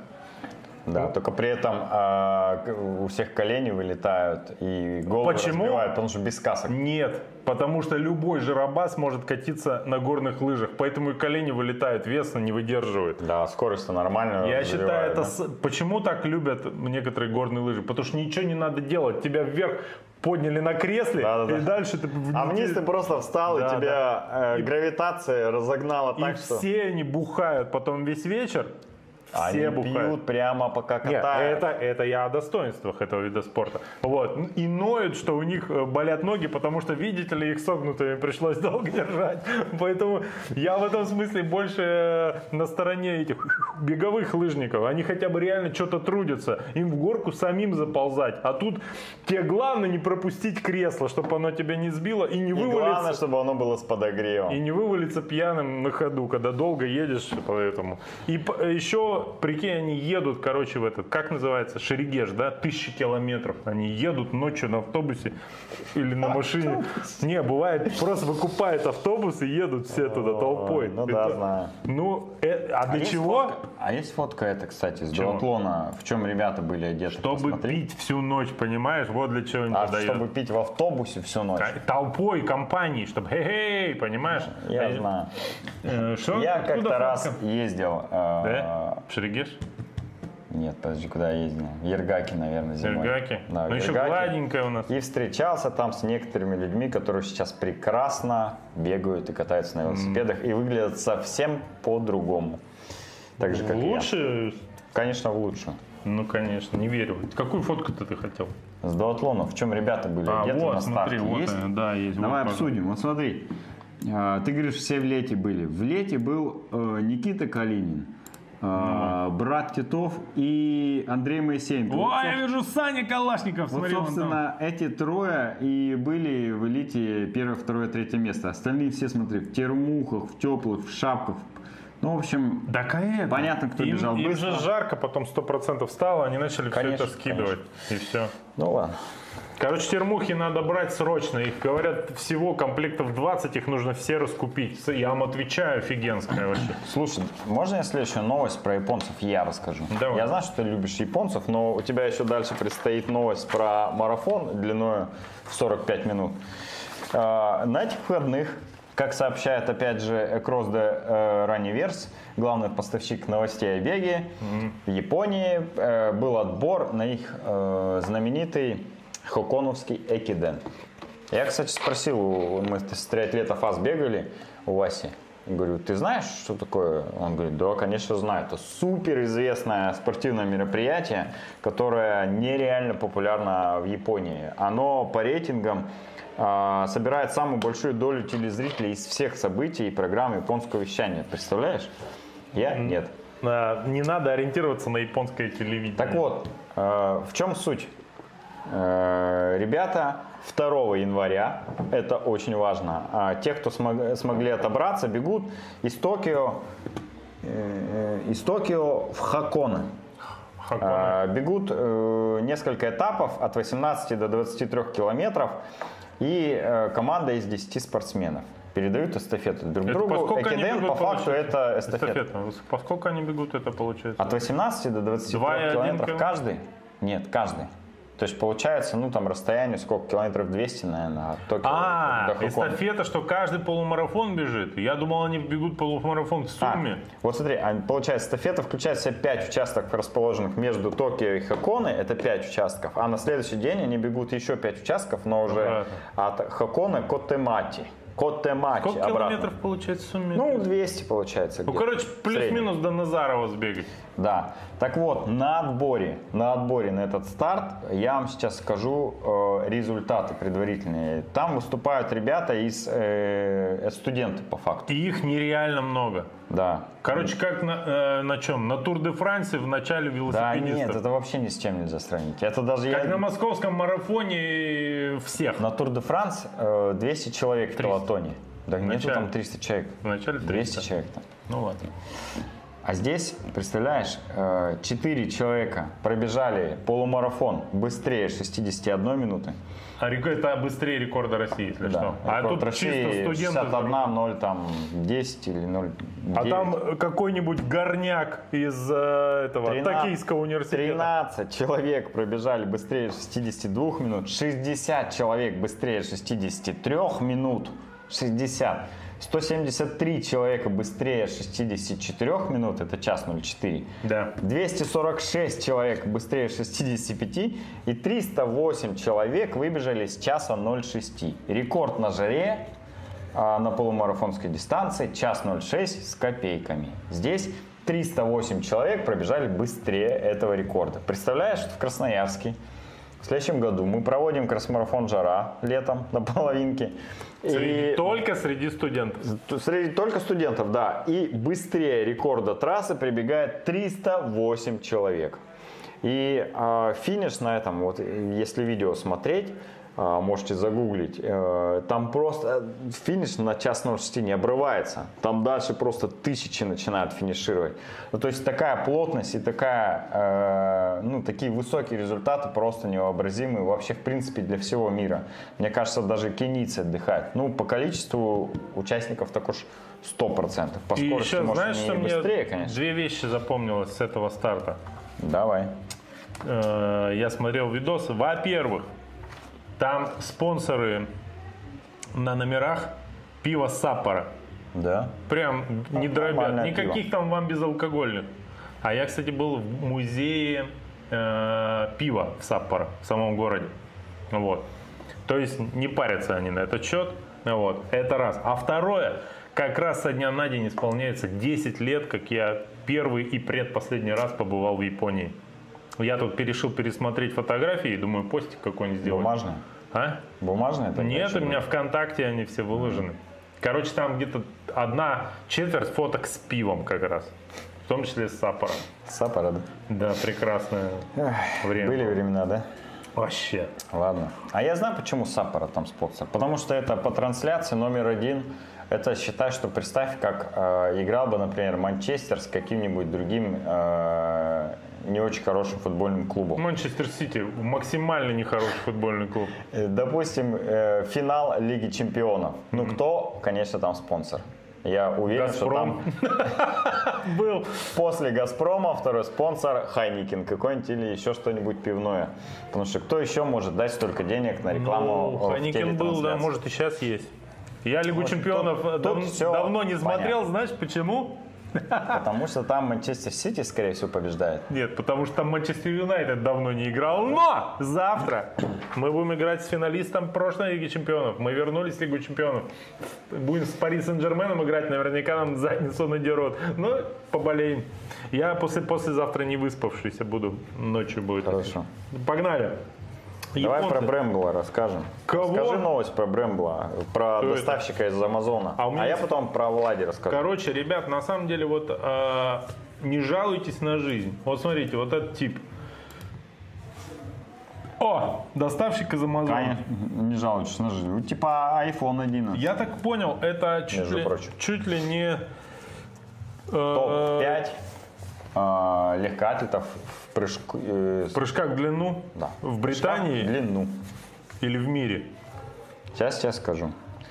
Да, только при этом а, к- у всех колени вылетают и голову Почему? разбивают, потому что без касок. Нет, потому что любой жиробас может катиться на горных лыжах, поэтому и колени вылетают, вес не выдерживает. Да, скорость-то нормальную Я развивают, считаю, это да. с- почему так любят некоторые горные лыжи? Потому что ничего не надо делать. Тебя вверх подняли на кресле, Да-да-да. и дальше ты... А вниз ты просто встал, Да, и тебя э, И- гравитация разогнала И так, что все они бухают потом весь вечер. Все они бухают. пьют прямо пока Нет, катают. это, это я о достоинствах этого вида спорта. Вот. И ноют, что у них э, болят ноги, потому что, видите ли, их согнутыми пришлось долго держать. Поэтому я в этом смысле больше э, на стороне этих беговых лыжников. Они хотя бы реально что-то трудятся. Им в горку самим заползать. А тут тебе главное не пропустить кресло, чтобы оно тебя не сбило и не И вывалиться. главное, чтобы оно было с подогревом. И не вывалиться пьяным на ходу, когда долго едешь, поэтому. И п- еще, прикинь, они едут, короче, в этот, как называется, Шерегеш, да, тысячи километров. Они едут ночью на автобусе или на машине. Не, бывает, просто выкупают автобус и едут все туда толпой. Ну да, Это- знаю. Ну, э, а для есть чего? фотка- а есть фотка это, кстати, с Чего? дуатлона, в чем ребята были одеты? Чтобы Посмотри. пить всю ночь, понимаешь? Вот для чего они А туда чтобы едут. пить в автобусе всю ночь? Толпой, компанией, чтобы хей-хей, понимаешь? Я А- знаю. э, Что? Я Откуда как-то раз фотка? ездил. э, Да? В Шерегеш? Нет, подожди, куда я ездил? В Ергаки, наверное, зимой. Сергаки? Да, в Ну еще Ергаки. гладенькая у нас. И встречался там с некоторыми людьми, которые сейчас прекрасно бегают и катаются на велосипедах и выглядят совсем по-другому. Так же, как и я. Лучше? Конечно, в лучшую. Ну, конечно, не верю. Какую фотку-то ты хотел? С дуатлона, в чем ребята были А, одеты вот, на смотри, старте. вот Есть? она, да, есть. Давай вот, обсудим. Вот смотри, а, ты говоришь, все в лете были. В лете был э, Никита Калинин, э, брат Титов и Андрей Моисеенко. Вот, Ой, я вижу Саня Калашников, Вот, смотри, вон там. собственно, эти трое и были в элите первое, второе, третье место. Остальные все, смотри, в термухах, в теплых, в шапках. Ну, в общем, Да, конечно. Понятно, кто им, бежал им быстро. же жарко, потом сто процентов стало, они начали Конечно, все это скидывать. И все. ну ладно. Короче, термухи надо брать срочно. Их, говорят, всего комплектов двадцать, их нужно все раскупить. С- Я вам отвечаю, офигенская вообще. Слушай, можно я следующую новость про японцев я расскажу? Давай. Я знаю, что ты любишь японцев, но у тебя еще дальше предстоит новость про марафон длиной в сорок пять минут. А, На этих выходных, как сообщает опять же Across the э, Runniverse, главный поставщик новостей о беге, в Японии э, был отбор на их э, знаменитый Хоконовский Экиден. Я, кстати, спросил, мы с триатлета ФАС бегали у Васи. Говорю, ты знаешь, что такое? Он говорит, да, конечно, знаю. Это суперизвестное спортивное мероприятие, которое нереально популярно в Японии. Оно по рейтингам э, собирает самую большую долю телезрителей из всех событий и программ японского вещания. Представляешь? Я? Нет. Не надо ориентироваться на японское телевидение. Так вот, э, в чем суть? Э, ребята... второго января, это очень важно, а те, кто смог, смогли отобраться, бегут из Токио, э, из Токио в Хаконе. А, бегут э, несколько этапов от восемнадцати до двадцати трёх километров, и э, команда из десяти спортсменов передают эстафету друг это другу. Экиден по факту это эстафета. эстафета. Поскольку они бегут, это получается? От восемнадцати до двадцати трёх километров каждый? Нет, каждый. То есть получается, ну там расстояние сколько, километров двести, наверное, от Токио а, до Хокона. Эстафета, что каждый полумарафон бежит. Я думал, они бегут полумарафон в сумме. А, вот смотри, получается, эстафета включает в себя пять участков, расположенных между Токио и Хоконе, это пять участков. А на следующий день они бегут еще пять участков, но уже Обратно. от Хоконе к Котемати. Котемати Сколько обратно. километров получается в сумме? Ну, двести получается. Ну, короче, плюс-минус до Назарова сбегать. Да. Так вот, на отборе, на отборе на этот старт я вам сейчас скажу э, результаты предварительные. Там выступают ребята из э, студенты по факту. И их нереально много. Да. Короче, как на, э, на чем? На Тур де Франсе в начале велосипедистов. Да нет, это вообще ни с чем нельзя сравнить. Это даже как я... на московском марафоне всех. На Тур де Франс э, двести человек в пелотоне. Да нету там триста человек. В начале триста. двести человек там. Ну ладно. А здесь, представляешь, четыре человека пробежали полумарафон быстрее шестидесяти одной минуты. А это быстрее рекорда России, если да, что. А тут России чисто студенты. шестьдесят один ноль десять или ноль девять. А там какой-нибудь горняк из этого тринадцать, Токийского университета. тринадцать человек пробежали быстрее шестидесяти двух минут. шестьдесят человек быстрее шестидесяти трёх минут. шестьдесят. сто семьдесят три человека быстрее шестидесяти четырёх минут, это час ноль четыре. Да. двести сорок шесть человек быстрее шестидесяти пяти и триста восемь человек выбежали с часа ноль шесть. Рекорд на жаре а, на полумарафонской дистанции час ноль шесть с копейками. Здесь триста восемь человек пробежали быстрее этого рекорда. Представляешь, в Красноярске в следующем году мы проводим кросс-марафон «Жара» летом на половинке. Среди, и, только среди студентов. Среди только студентов, да. И быстрее рекорда трассы прибегает триста восемь человек. И э, финиш на этом, вот если видео смотреть, э, можете загуглить, э, там просто финиш на час ноль шесть не обрывается. Там дальше просто тысячи начинают финишировать. Ну, то есть такая плотность и такая, э, ну, такие высокие результаты просто невообразимые вообще в принципе для всего мира. Мне кажется, даже кенийцы отдыхают. Ну, по количеству участников так уж сто процентов. По и скорости, еще, может, знаешь, не что быстрее, мне конечно. Две вещи запомнилось с этого старта. Давай. Я смотрел видосы. Во-первых, там спонсоры на номерах пиво Саппоро. Да. Прям не дробят. Никаких пиво. Там вам безалкогольных. А я, кстати, был в музее э, пива в Саппоро, в самом городе. Вот. То есть не парятся они на этот счет. Вот. Это раз. А второе, как раз со дня на день исполняется десять лет, как я первый и предпоследний раз побывал в Японии. Я тут решил пересмотреть фотографии и думаю, постик какой-нибудь сделать. Бумажный? А? Бумажный? Нет, у меня ВКонтакте они все выложены. Короче, там где-то одна четверть фоток с пивом как раз. В том числе с Саппоро. Саппоро, да? Да, прекрасное Эх, время. Были времена, да? Вообще. Ладно. А я знаю, почему Саппоро там спонсор. Потому что это по трансляции номер один. Это считай, что представь, как э, играл бы, например, Манчестер с каким-нибудь другим э, не очень хорошим футбольным клубом. Манчестер Сити максимально нехороший футбольный клуб. Допустим, э, финал Лиги Чемпионов. Mm-hmm. Ну кто, конечно, там спонсор. Я уверен, Газпром. что там был после Газпрома второй спонсор Хайникен какой-нибудь или еще что-нибудь пивное. Потому что кто еще может дать столько денег на рекламу? Ну, Хайникен был, да, может и сейчас есть. Я Лигу вот, Чемпионов тут, дав- тут давно не смотрел, понятно. Знаешь почему? Потому что там Манчестер Сити, скорее всего, побеждает. Нет, потому что там Манчестер Юнайтед давно не играл. Но завтра мы будем играть с финалистом прошлой Лиги Чемпионов. Мы вернулись в Лигу Чемпионов. Будем с Пари Сен-Жерменом играть. Наверняка нам задницу надерут. Но поболеем. Я после, послезавтра не выспавшийся буду. Ночью будет. Хорошо. Погнали. Давай Японцы. про Брэмбла расскажем. Кого? Скажи новость про Брэмбла, про Кто доставщика это? из Амазона. А А, у меня я есть- потом про Влади расскажу. Короче, ребят, на самом деле, вот э, не жалуйтесь на жизнь. Вот смотрите, вот этот тип. О, доставщик из Амазона. Конечно, не жалуйтесь на жизнь. Ну, типа айфон одиннадцать. Я так понял, это чуть, Между ли, прочим. чуть ли не... э, топ пять э, легкоатлетов в прыжку. э, В прыжках в длину да. в В Британии длину. или в мире. Сейчас я скажу.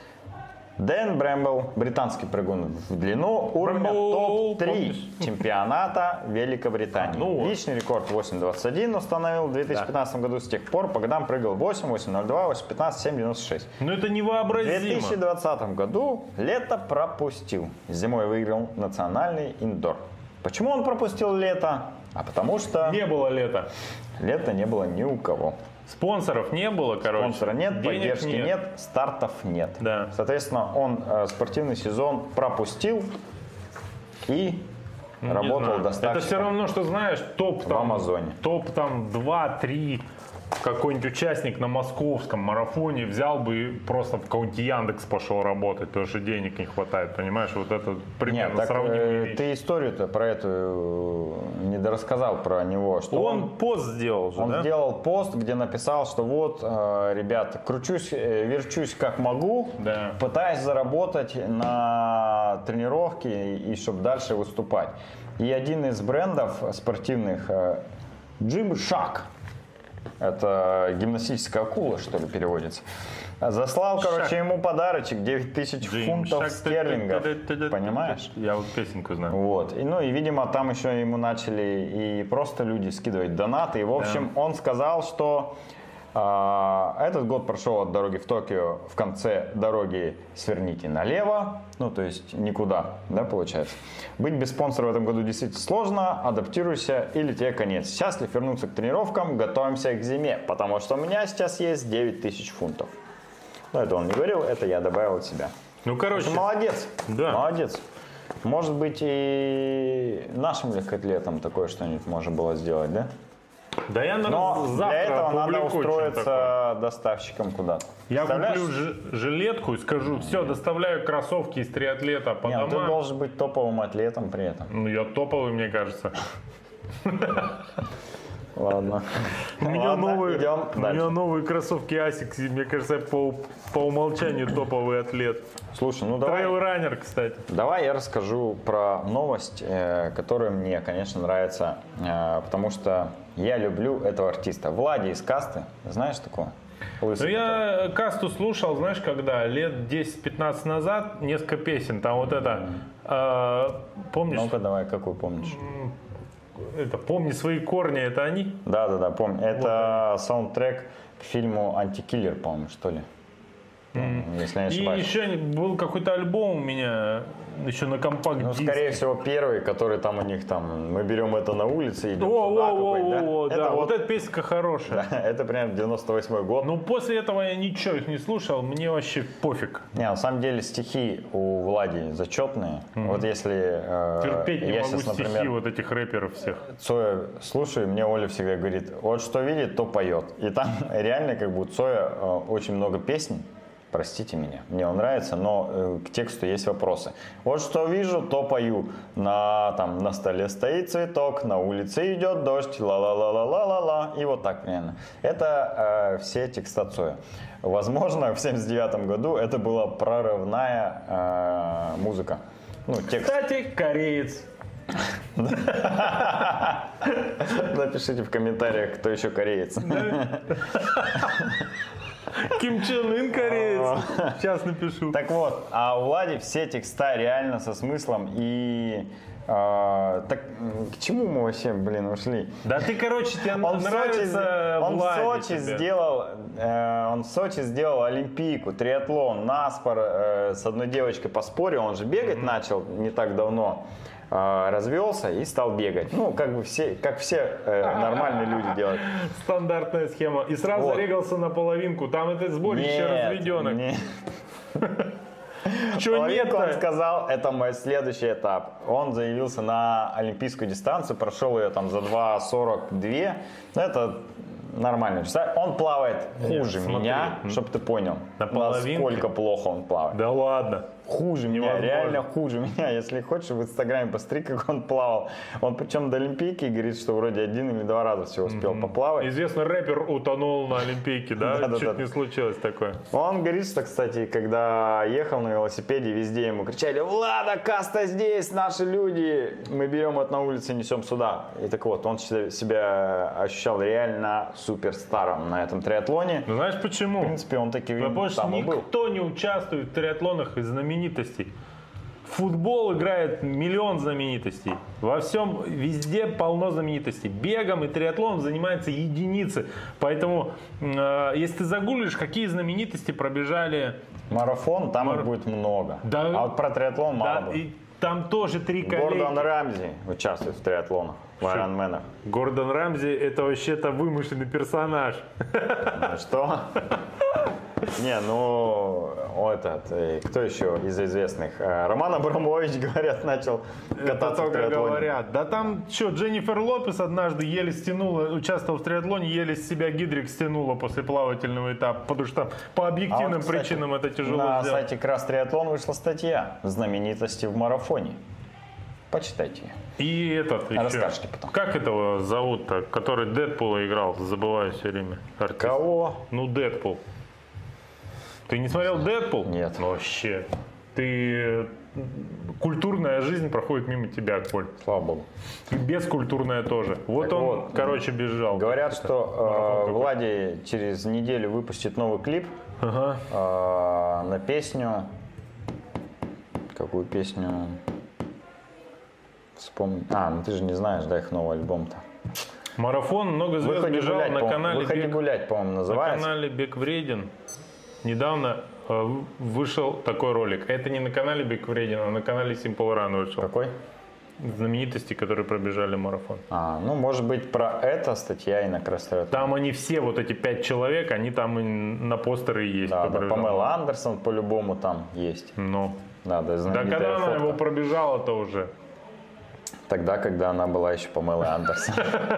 Дэн Брэмбл, британский прыгун в длину, уровня Брэмбл, топ три помнишь? чемпионата Великобритании. Ну вот. Личный рекорд восемь двадцать один установил в две тысячи пятнадцатом году. С тех пор по годам прыгал восемь, восемь ноль два, восемь пятнадцать, семь девяносто шесть. Ну это В невообразимо. две тысячи двадцатом году лето пропустил. Зимой выиграл национальный индор. Почему он пропустил лето? А потому что Не было лета. лета не было ни у кого. Спонсоров не было, короче. Спонсора нет, Денег поддержки нет. стартов нет. Да. Соответственно, он э, спортивный сезон пропустил и Не работал знаю. достаточно. Это все равно, что знаешь, топ там, Амазоне. топ там два-три какой-нибудь участник на московском марафоне взял бы и просто в какой-нибудь Яндекс пошел работать, потому что денег не хватает, понимаешь? Вот это примерно Нет, так, сравнимые э, вещи. ты историю-то про эту э, не дорассказал про него, что Он, он, пост сделал же, он да? сделал пост, где написал, что вот, э, ребята, кручусь, э, верчусь как могу, Да. пытаюсь заработать на тренировке и, чтобы дальше выступать. И один из брендов спортивных, э, Gymshark, это гимнастическая акула, что ли, переводится, заслал, короче, Шаг. ему подарочек девять тысяч фунтов Шаг. стерлингов, понимаешь? Я вот песенку знаю. Вот. И, ну и, видимо, там еще ему начали и просто люди скидывать донаты. И, в общем, он сказал, что а, этот год прошел от дороги в Токио. В конце дороги сверните налево. Ну, то есть никуда, да, получается. Быть без спонсора в этом году действительно сложно. Адаптируйся или тебе конец. Счастлив вернуться к тренировкам. Готовимся к зиме. Потому что у меня сейчас есть девять тысяч фунтов. Ну, это он не говорил, это я добавил от себя. Ну, короче, Молодец. Да. Молодец. Может быть, и нашим легкоатлетам такое что-нибудь можно было сделать, да? да я, наверное, Но завтра для этого надо опубликую что-то такое. устроиться доставщиком куда-то. Я Представляешь? куплю жи- жилетку и скажу, все, доставляю кроссовки из триатлета по Нет, ну ты домам. должен быть топовым атлетом при этом. Ну, я топовый, мне кажется. Ладно. У меня, Ладно, новые, идем у дальше. меня новые кроссовки Asics, и мне кажется, я по, по умолчанию топовый атлет. Слушай, ну давай, Трейл-раннер, кстати. давай я расскажу про новость, э, которая мне, конечно, нравится, э, потому что я люблю этого артиста. Влади из Касты, знаешь такого? Ну, Лысый который. я касту слушал, знаешь, когда? Лет десять-пятнадцать назад, несколько песен. Там вот это, э, помнишь, Ну-ка давай, какую помнишь? это «Помни свои корни», это они? Да, да, да, помню. Это саундтрек к фильму «Антикиллер», по-моему, что ли. Mm. Если я не И ошибаюсь. еще был какой-то альбом у меня, еще на Ну, компакт-диске. скорее всего, первый, который там у них там, мы берем это на улице и идем О, сюда о, о, купить, да? о, о, Это да, вот, вот эта песенка хорошая. это прям девяносто восьмой год. Ну, после этого я ничего их не слушал, мне вообще пофиг. Не, на самом деле стихи у Влади зачетные. Вот если э, Терпеть не я могу сейчас, стихи например, вот этих рэперов всех. Цоя слушаю, мне Оля всегда говорит, вот что видит, то поет. И там реально как бы у Цоя э, очень много песен. Простите меня, мне он нравится, но э, к тексту есть вопросы. Вот что вижу, то пою. На, там, на столе стоит цветок, на улице идет дождь, ла-ла-ла-ла-ла-ла-ла. И вот так примерно. Это э, все текста Цоя. Возможно, в семьдесят девятом году это была прорывная э, музыка. Ну, текст. Кстати, кореец. Напишите в комментариях, кто еще кореец. Ким Чен Ын кореец. Сейчас напишу. Так вот, а у Влади все текста реально со смыслом и... э, так м, к чему мы вообще, блин, ушли? Да ты, короче, тебе Он в Сочи, нравится он в Влади Сочи тебе. сделал, э, он в Сочи сделал олимпийку, триатлон, наспор, э, с одной девочкой поспорил, он же бегать начал не так давно. э, развелся и стал бегать. Ну, как бы все, как все э, нормальные люди делают. Стандартная схема. И сразу Вот. зарегался на половинку. Там это сборище Нет, разведенок. нет. Чё Половинку он нет-то? сказал, это мой следующий этап. Он заявился на олимпийскую дистанцию, прошел ее там за два сорок два. Это нормально. Он плавает хуже Нет, меня, смотри. чтобы ты понял, На половинке? насколько плохо он плавает. Да ладно. Хуже меня, Невозможно. реально хуже меня. Если хочешь, в инстаграме посмотри, как он плавал. Он причем до Олимпийки говорит, что вроде один или два раза всего успел поплавать. Известный рэпер утонул на Олимпийке, да? Да, да, Чуть да. не случилось такое. Он говорит, что, кстати, когда ехал на велосипеде, везде ему кричали: «Влада, каста здесь, наши люди, мы берем это на улице и несем сюда». И так вот, он себя ощущал реально суперстаром на этом триатлоне. Ну знаешь В почему? принципе, он таки Потому что там и был. никто не участвует в триатлонах из знаменитостей. Футбол играет миллион знаменитостей. Во всем, везде полно знаменитостей. Бегом и триатлоном занимаются единицы. Поэтому, э, если ты загуглишь, какие знаменитости пробежали... Марафон, там Мар- их будет много. Да, а вот про триатлон мало да, будет. и там тоже три коллеги. Гордон Рамзи участвует в триатлонах, в айронменах. Гордон Рамзи — это вообще-то вымышленный персонаж. Ну что? Не, ну, этот, э, кто еще из известных? Э, Роман Абрамович, говорят, начал Это кататься в только триатлоне. говорят. Да там что, Дженнифер Лопес однажды еле стянула, участвовала в триатлоне, еле с себя гидрик стянула после плавательного этапа, потому что там по А объективным вот, кстати, причинам это тяжело на сделать. сайте Крас Триатлон вышла статья «Знаменитости в марафоне». Почитайте ее. И этот еще. Расскажете потом. Как этого зовут-то, который Дэдпула играл? Забываю все время. Артист. Кого? Ну, Дэдпул. Ты не смотрел Дэдпул? Нет. Ну, вообще. Ты... Культурная жизнь проходит мимо тебя, Коль. Слава богу. И бескультурная тоже. Вот Так он, вот, короче, бежал. Говорят, Это что марафон э, какой-то. Влади через неделю выпустит новый клип Ага. э, на песню. Какую песню? Вспомни. А, ну ты же не знаешь, да, их новый альбом-то. Марафон, много звезд Выходи бежал гулять, на по-моему. канале Выходи Бег, гулять, по-моему, на называется. канале Бег Вреден. Недавно э, вышел такой ролик. Это не на канале Бег Вреден, а на канале Simple Run вышел. Какой? Знаменитости, которые пробежали марафон. А, ну, может быть, про это статья и на Крас Триатлон. Там они все, вот эти пять человек, они там и на постеры есть. Да, кто да, пробежал. Памела Андерсон по-любому там есть. Ну. Да, да, Да знаменитая когда она фотка. его пробежала-то уже? Тогда, когда она была еще Памелой Андерсон.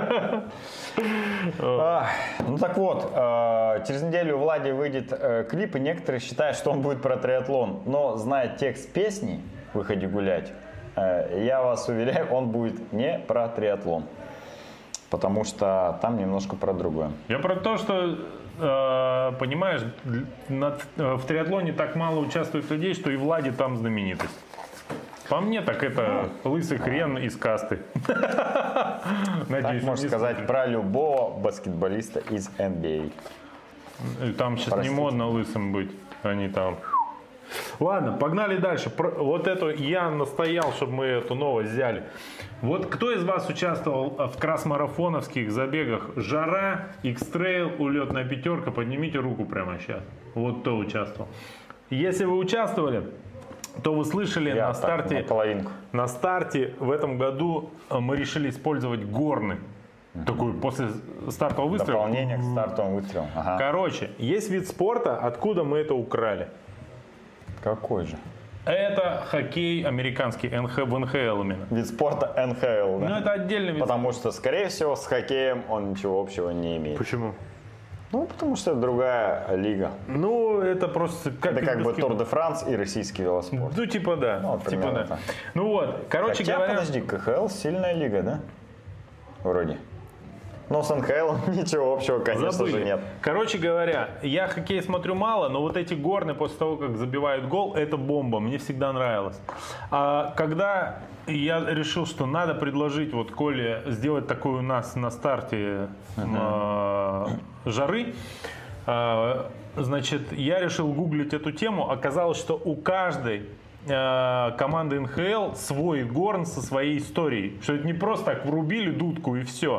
А, Ну так вот, э, через неделю у Влади выйдет э, клип, и некоторые считают, что он будет про триатлон. Но, зная текст песни «Выходи гулять», э, я вас уверяю, он будет не про триатлон. Потому что там немножко про другое. Я про то, что, э, понимаешь, на- э, в триатлоне так мало участвует людей, что и Влади там знаменитость. По мне, так это лысый хрен из касты. Так Надеюсь, он можно не сказать про любого баскетболиста из эн би эй. слушает. Там сейчас не Простите. модно лысым быть. Они там... Ладно, погнали дальше. Про- Вот эту я настоял, чтобы мы эту новость взяли. Вот кто из вас участвовал в красмарафоновских забегах «Жара», «Икстрейл», «Улетная пятерка»? Поднимите руку прямо сейчас. Вот кто участвовал. Если вы участвовали, то вы слышали Я на так, старте, наполовинку. на старте в этом году э, мы решили использовать горны. Такой после стартового выстрела. Дополнение к стартовым выстрелам. Ага. Короче, есть вид спорта, откуда мы это украли. Какой же? Это хоккей американский, эн ха в эн ха эл именно. Вид спорта эн ха эл, да? Ну, это отдельный вид. Потому что, скорее всего, с хоккеем он ничего общего не имеет. Почему? Ну, потому что это другая лига. Ну, это просто как Это из как бы баскетбола. Тур де Франс и российский велоспорт. Ну, типа да. Ну, вот типа примерно да. так. Ну вот, короче Хотя, говоря... подожди, ка ха эл сильная лига, да? Вроде. Но с эн ха эл ничего общего, конечно Забыли. же, нет. Короче говоря, я хоккей смотрю мало, но вот эти горны после того, как забивают гол, это бомба. Мне всегда нравилось. А когда я решил, что надо предложить вот Коле сделать такой у нас на старте э, жары, э, значит, я решил гуглить эту тему. Оказалось, что у каждой э, команды эн ха эл свой горн со своей историей. Что это не просто так врубили дудку и все.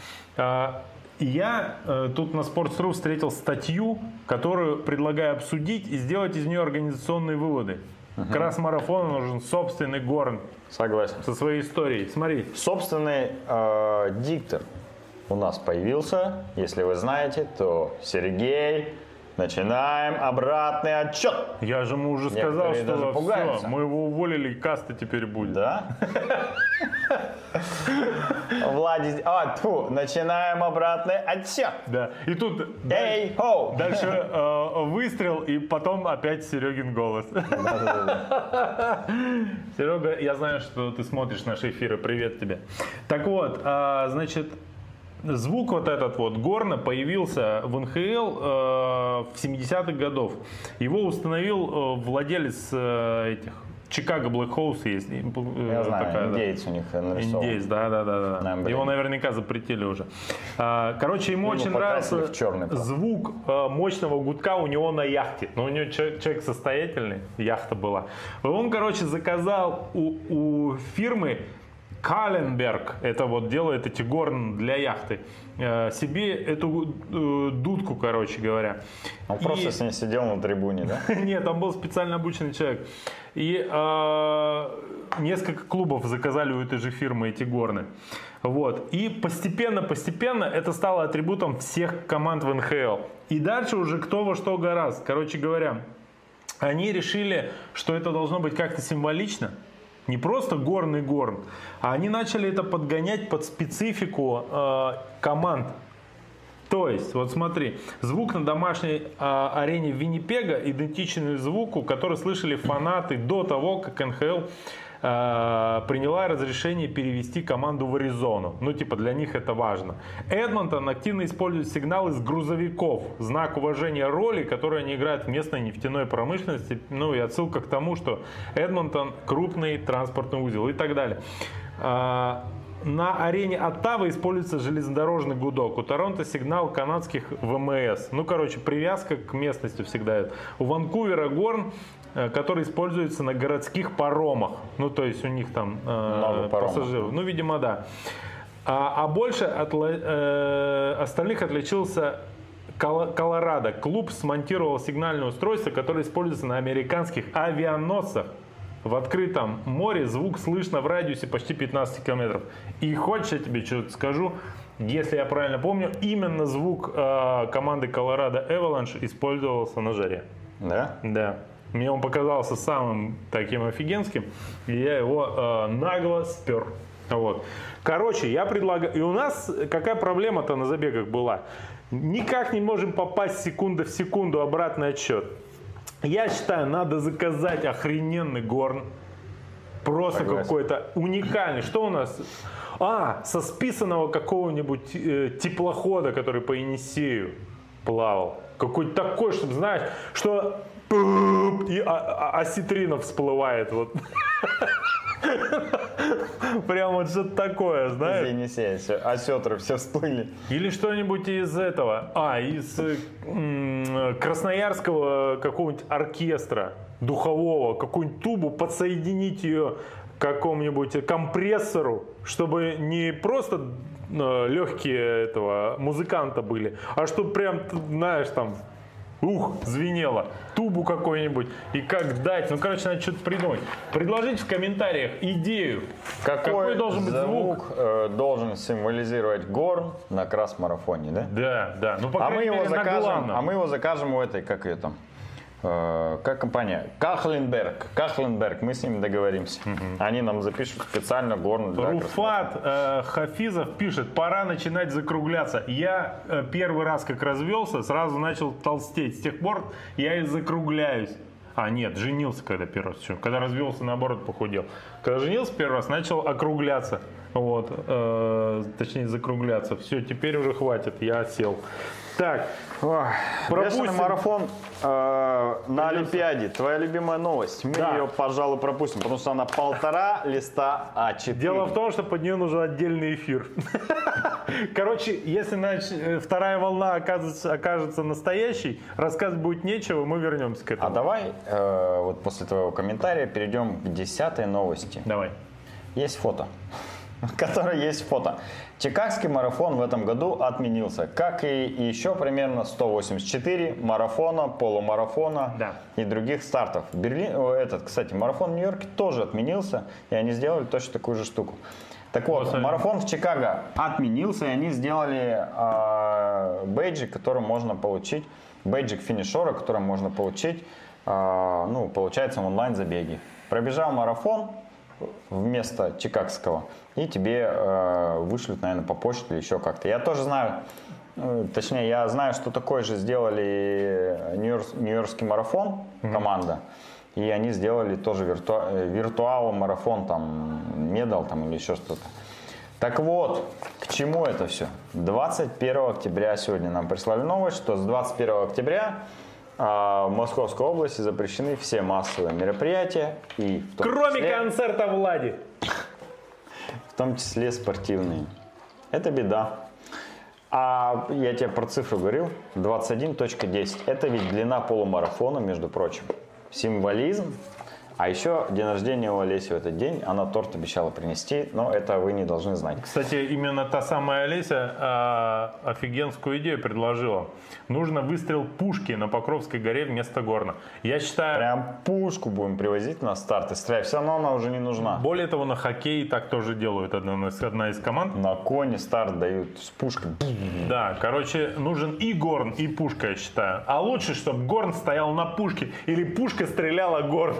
А, Я э, тут на Sports.ru встретил статью, которую предлагаю обсудить и сделать из нее организационные выводы. Угу. Кросс-марафону нужен собственный Горн. Согласен. Со своей историей. Смотри. Собственный э, диктор у нас появился. Если вы знаете, то Сергей. Начинаем обратный отчет. Я же ему уже сказал, Некоторые даже что пугаются. все, мы его уволили, и каста теперь будет. Да? Влади... А, тьфу, начинаем обратный отсчет. Да. И тут Эй, хоу. дальше э, выстрел, и потом опять Серегин голос. Серега, я знаю, что ты смотришь наши эфиры. Привет тебе. Так вот, э, значит, звук вот этот вот Горна появился в эн ха эл э, в семидесятых годов. Его установил э, владелец э, этих Чикаго Блэк Хоус есть. Я знаю, такая, индеец да. у них нарисован. Индеец, да, да, да. да. Его наверняка запретили уже. Короче, ему, ему очень нравился звук мощного гудка у него на яхте. Но у него человек состоятельный, яхта была. Он, короче, заказал у, у фирмы Каленберг, это вот делает эти горн для яхты, себе эту э, дудку, короче говоря. Он и... просто с ней сидел на трибуне, да? Нет, там был специально обученный человек. И э, несколько клубов заказали у этой же фирмы эти горны. Вот. И постепенно-постепенно это стало атрибутом всех команд в эн ха эл. И дальше уже кто во что гораздо. Короче говоря, они решили, что это должно быть как-то символично. Не просто горн и горн, а они начали это подгонять под специфику э, команд. То есть, вот смотри, звук на домашней э, арене Виннипега идентичный звуку, который слышали фанаты до того, как эн ха эл э, приняла разрешение перевести команду в Аризону. Ну, типа, для них это важно. Эдмонтон активно использует сигналы с грузовиков, знак уважения роли, которую они играют в местной нефтяной промышленности. Ну, и отсылка к тому, что Эдмонтон крупный транспортный узел и так далее. На арене Оттавы используется железнодорожный гудок. У Торонто сигнал канадских вэ эм эс. Ну, короче, привязка к местности всегда. У Ванкувера горн, который используется на городских паромах. Ну, то есть у них там э, пассажиров. Ну, видимо, да. А, а больше от э, остальных отличился Колорадо. Клуб смонтировал сигнальное устройство, которое используется на американских авианосцах. В открытом море звук слышно в радиусе почти пятнадцати километров. И хочешь, я тебе что-то скажу, если я правильно помню, именно звук э, команды Colorado Avalanche использовался на жаре. Да? Да. Мне он показался самым таким офигенским, и я его э, нагло спер. Вот. Короче, я предлагаю... И у нас какая проблема-то на забегах была? Никак не можем попасть секунда в секунду обратный отсчет. Я считаю, надо заказать охрененный горн. Просто какой-то уникальный. Что у нас? А, со списанного какого-нибудь э, теплохода, который по Енисею плавал. Какой-то такой, чтобы, знаешь, что... И осетрина всплывает. Вот. Прям вот что-то такое, знаешь? Из Енисея все, осетры все всплыли. Или что-нибудь из этого, а, из м- красноярского какого-нибудь оркестра духового, какую-нибудь тубу, подсоединить ее к какому-нибудь компрессору, чтобы не просто э, легкие этого музыканта были, а чтобы прям, знаешь, там... Ух, звенело. Тубу какой-нибудь. И как дать? Ну, короче, надо что-то придумать. Предложите в комментариях идею. Какой, какой должен быть звук? звук э, должен символизировать горн на кросс-марафоне, да? Да, да. Ну, по а, мы мере, его закажем, главном. а мы его закажем у этой, как ее там, э, как компания? Кахленберг. Кахленберг. Мы с ними договоримся. Угу. Они нам запишут специально горн для Руфат э, Хафизов пишет: пора начинать закругляться. Я э, первый раз как развелся, сразу начал толстеть. С тех пор я и закругляюсь. А, нет, женился когда первый раз. Когда развелся, наоборот, похудел. Когда женился первый раз, начал округляться. Вот, э, точнее, закругляться. Все, теперь уже хватит, я сел. Так, пропустим марафон э, на Олимпиаде. Твоя любимая новость. Мы да. ее, пожалуй, пропустим, потому что она полтора листа а четыре. Дело в том, что под нее нужен отдельный эфир. Короче, если вторая волна окажется, окажется настоящей, рассказывать будет нечего, мы вернемся к этому. А давай вот после твоего комментария перейдем к десятой новости. Давай. Есть фото. который есть фото. Чикагский марафон в этом году отменился, как и еще примерно сто восемьдесят четыре марафона, полумарафона да. и других стартов. Берлин, этот, кстати, марафон в Нью-Йорке тоже отменился, и они сделали точно такую же штуку. Так вот, После... марафон в Чикаго отменился, и они сделали э, бейджик, который можно получить, бейджик финишера, который можно получить, э, ну, получается, в онлайн-забеге. Пробежал марафон вместо чикагского, и тебе э, вышлют, наверное, по почте или еще как-то. Я тоже знаю, э, точнее, я знаю, что такое же сделали Нью-Йорк, Нью-Йоркский марафон, команда, mm-hmm. и они сделали тоже вирту, виртуал марафон, там, медал там, или еще что-то. Так вот, к чему это все? двадцать первого октября сегодня нам прислали новость, что с двадцать первого октября в Московской области запрещены все массовые мероприятия. И в том Кроме числе, концерта Влади. В том числе спортивные. Это беда. А я тебе про цифру говорил. двадцать один точка десять. Это ведь длина полумарафона, между прочим. Символизм. А еще день рождения у Олеси в этот день. Она торт обещала принести, но это вы не должны знать. Кстати, именно та самая Олеся а, офигенскую идею предложила. Нужно выстрел пушки на Покровской горе вместо горна. Я считаю... Прям пушку будем привозить на старт и стрелять. Все равно она уже не нужна. Более того, на хоккее так тоже делают одна из, одна из команд. На коне старт дают с пушкой. Да, короче, нужен и горн, и пушка, я считаю. А лучше, чтобы горн стоял на пушке или пушка стреляла горн.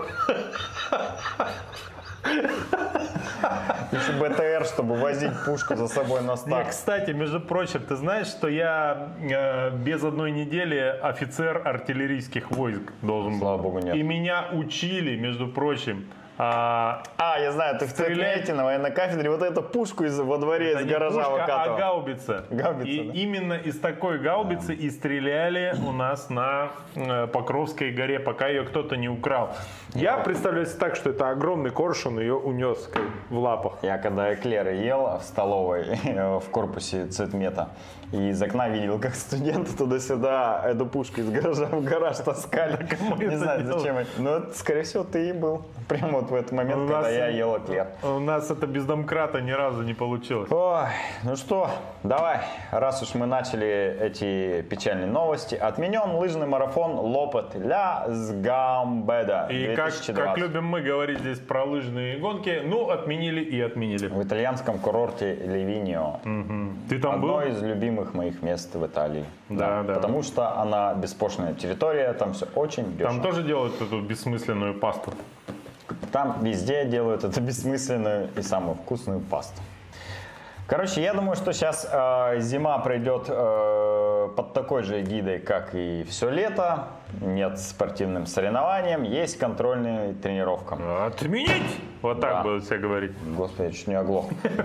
Еще БТР, чтобы возить пушку за собой на старт. И, кстати, между прочим, ты знаешь, что я э, без одной недели офицер артиллерийских войск должен был. Слава богу, нет. И меня учили, между прочим. А, а я знаю, ты в цветляете на военной кафедре вот эту пушку из, во дворе из гаража пушка, выкатывал. А гаубица. Гаубица, и да? именно из такой гаубицы и стреляли у нас на э, Покровской горе, пока ее кто-то не украл. Я представляю себе так, что это огромный коршун ее унес как, в лапах. Я когда эклеры ел в столовой в корпусе цветмета, и из окна видел, как студенты туда-сюда эту пушку из гаража в гараж таскали. Не знаю, зачем это. Но, это, скорее всего, ты и был. Прямо вот в этот момент, когда я ел эклер. У нас это без домкрата ни разу не получилось. Ой, ну что, давай, раз уж мы начали эти печальные новости, отменен лыжный марафон Лопет ля Сгамбеда И как, как любим мы говорить здесь про лыжные гонки, ну, отменили и отменили. В итальянском курорте Ливиньо. Угу. Ты там Одно был? из любимых моих мест в Италии. Да, да. Потому что она беспошлинная территория, там все очень дешево. Там тоже делают эту бессмысленную пасту? Там везде делают эту бессмысленную и самую вкусную пасту. Короче, я думаю, что сейчас э, зима пройдет э, под такой же эгидой, как и все лето. Нет спортивным соревнованием, есть контрольная тренировка. Отменить! Вот так Да. будут все говорить. Господи, я чуть не оглох.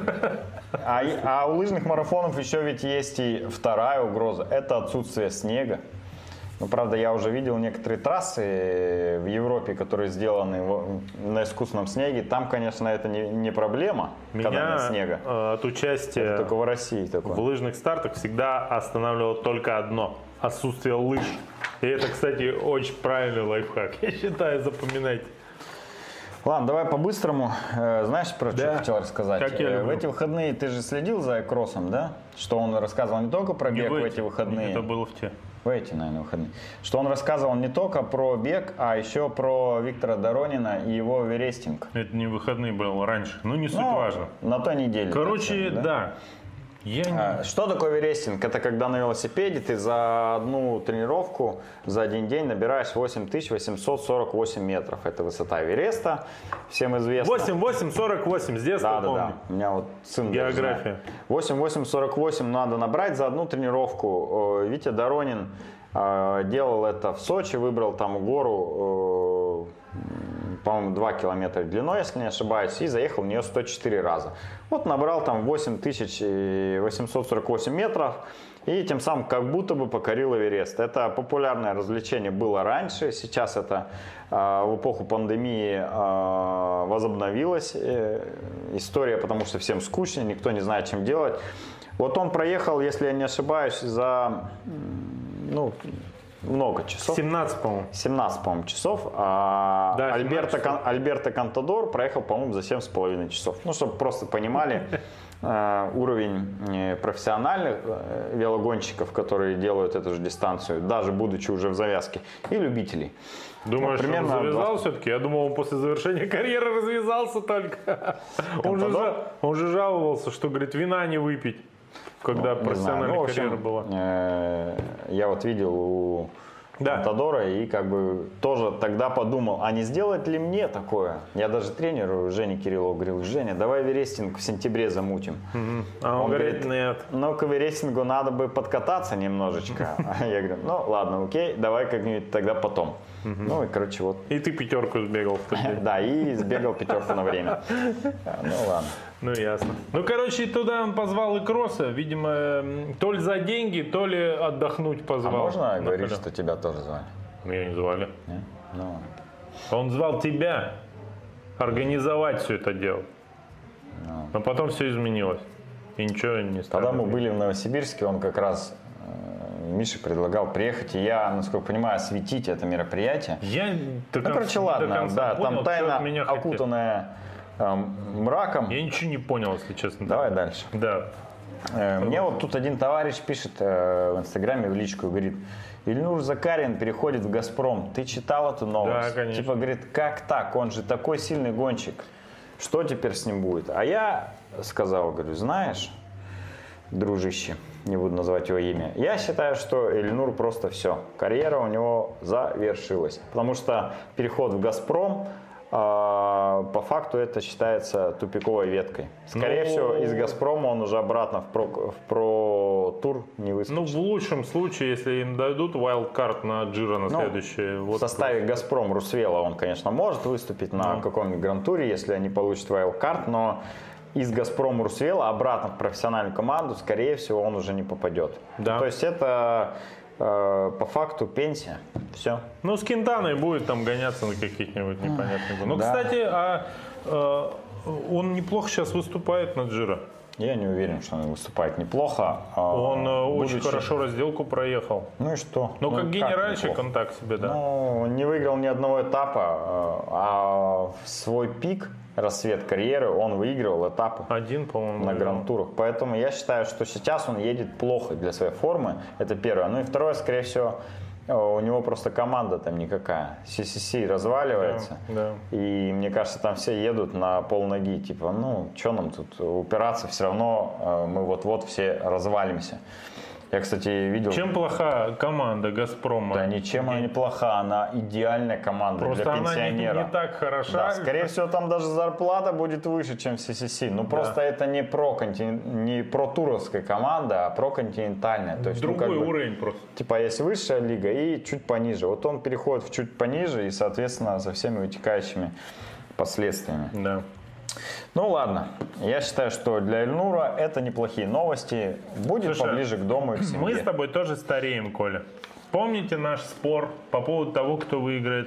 А, а у лыжных марафонов еще ведь есть и вторая угроза. Это отсутствие снега. Ну, правда, я уже видел некоторые трассы в Европе, которые сделаны на искусственном снеге. Там, конечно, это не, не проблема, Меня когда нет снега. Э, от участия Это только в России такое. в лыжных стартах всегда останавливало только одно – отсутствие лыж. И это, кстати, очень правильный лайфхак. Я считаю, запоминайте. Ладно, давай по-быстрому. Э, знаешь, про Да. что я хотел рассказать? Как я Э, люблю. в эти выходные ты же следил за кроссом, да? Что он рассказывал не только про Не бег в в эти выходные. Это было в те. В эти, наверное, выходные. Что он рассказывал не только про бег, а еще про Виктора Доронина и его верестинг. Это не выходные было раньше. Ну, не суть Ну, важно. на той неделе. Короче, так скажем, да. Я не... А, Что такое верестинг? Это когда на велосипеде ты за одну тренировку, за один день набираешь восемь тысяч восемьсот сорок восемь метров. Это высота Эвереста, всем известно. восемь восемь сорок восемь, с детства Да, да, помню. да. У меня вот сын даже География. знает. восемь восемь сорок восемь надо набрать за одну тренировку. Э, Витя Доронин э, делал это в Сочи, выбрал там гору, э, по-моему, два километра длиной, если не ошибаюсь, и заехал в нее сто четыре раза. Вот набрал там восемь тысяч восемьсот сорок восемь метров, и тем самым как будто бы покорил Эверест. Это популярное развлечение было раньше, сейчас это э, в эпоху пандемии э, возобновилась э, история, потому что всем скучно, никто не знает, чем делать. Вот он проехал, если я не ошибаюсь, за, ну, много часов. семнадцать, по-моему. семнадцать, по-моему, часов. А Да, Альберто, часов. Альберто Контадор проехал, по-моему, за семь с половиной часов. Ну, чтобы просто понимали э, уровень э, профессиональных э, велогонщиков, которые делают эту же дистанцию, даже будучи уже в завязке, и любителей. Думаешь, Ну, примерно он завязал двадцать. все-таки? Я думал, он после завершения карьеры развязался только. Он же, Контадор? жа- он же жаловался, что, говорит, вина не выпить, когда Не знаю. профессиональная Ну, в общем, карьера была. э, я вот видел у Да. Контадора и как бы тоже тогда подумал, а не сделать ли мне такое? Я даже тренеру Жене Кириллову говорил: Женя, давай верестинг в сентябре замутим. А он, Он говорит, говорит, нет. Но к верестингу надо бы подкататься немножечко. А я говорю, ну ладно, окей, давай как-нибудь тогда потом. Ну и короче вот. И ты пятерку сбегал в тот день. Да, и сбегал пятерку на время. А, Ну ладно. Ну, ясно. Ну, короче, туда он позвал и Кросса. Видимо, м, то ли за деньги, то ли отдохнуть А позвал. можно На говорить, халяву. что тебя тоже звали? Меня не звали. Не? Ну, Он звал тебя организовать все это дело. Но потом все изменилось. И ничего не стало. когда мы были в Новосибирске, он как раз э, Мише предлагал приехать, и я, насколько понимаю, осветить это мероприятие. Я до Ну, конца- короче, до ладно, конца да, понял, там что тайна от меня хотят. окутанная эм, мраком. Я ничего не понял, если честно. Давай дальше. Да. Э, Мне вот тут один товарищ пишет э, в Инстаграме в личку, говорит: Ильнур Закарин переходит в «Газпром». Ты читал эту новость? Да, конечно. Типа, говорит, как так? Он же такой сильный гонщик. Что теперь с ним будет? А я сказал, говорю, знаешь, дружище, не буду называть его имя, я считаю, что Ильнур просто все. Карьера у него завершилась. Потому что переход в «Газпром», а, по факту это считается тупиковой веткой. Скорее Ну, всего, из «Газпрома» он уже обратно в про, в про тур не выскочит. Ну, в лучшем случае, если им дадут вайлдкарт на Джиро на Ну, следующее. В Вот составе «Газпром» Русвела он, конечно, может выступить на каком-нибудь гран-туре, если они получат вайлдкарт, но из «Газпром» Русвела обратно в профессиональную команду, скорее всего, он уже не попадет. Да. То есть это э, по факту пенсия. Все. Ну, с Кинтаной будет там гоняться на каких-нибудь непонятных. Ну, Да. кстати, а э, он неплохо сейчас выступает на Джиро. Я не уверен, что он выступает неплохо. а, Он э, очень будучи- хорошо разделку проехал. Ну и что? Ну, как генеральщик неплохо? он так себе, да. Ну, не выиграл ни одного этапа, э, а в свой пик, рассвет карьеры, он выигрывал этапы Один, по-моему. на выиграл. гран-турах. Поэтому я считаю, что сейчас он едет плохо для своей формы. Это первое. Ну и второе, скорее всего, у него просто команда там никакая. си си си разваливается. Да, да. И мне кажется, там все едут на полноги. Типа, ну, что нам тут упираться? Все равно э, мы вот-вот все развалимся. Я, кстати, видел... Чем плоха команда Газпрома? Да ничем она не плоха, она идеальная команда Просто для она не, пенсионера. не так хороша. Да, скорее всего, там даже зарплата будет выше, чем в си си си. Ну, просто это не про, контин... не про туровская команда, а про континентальная. То есть, ну, Другой как бы, уровень просто. типа, есть высшая лига и чуть пониже. Вот он переходит в чуть пониже и, соответственно, со всеми вытекающими последствиями. Да. Ну, ладно. Я считаю, что для Эльнура это неплохие новости. Будет Слушай, поближе к дому и к семье. Мы с тобой тоже стареем, Коля. Помните наш спор по поводу того, кто выиграет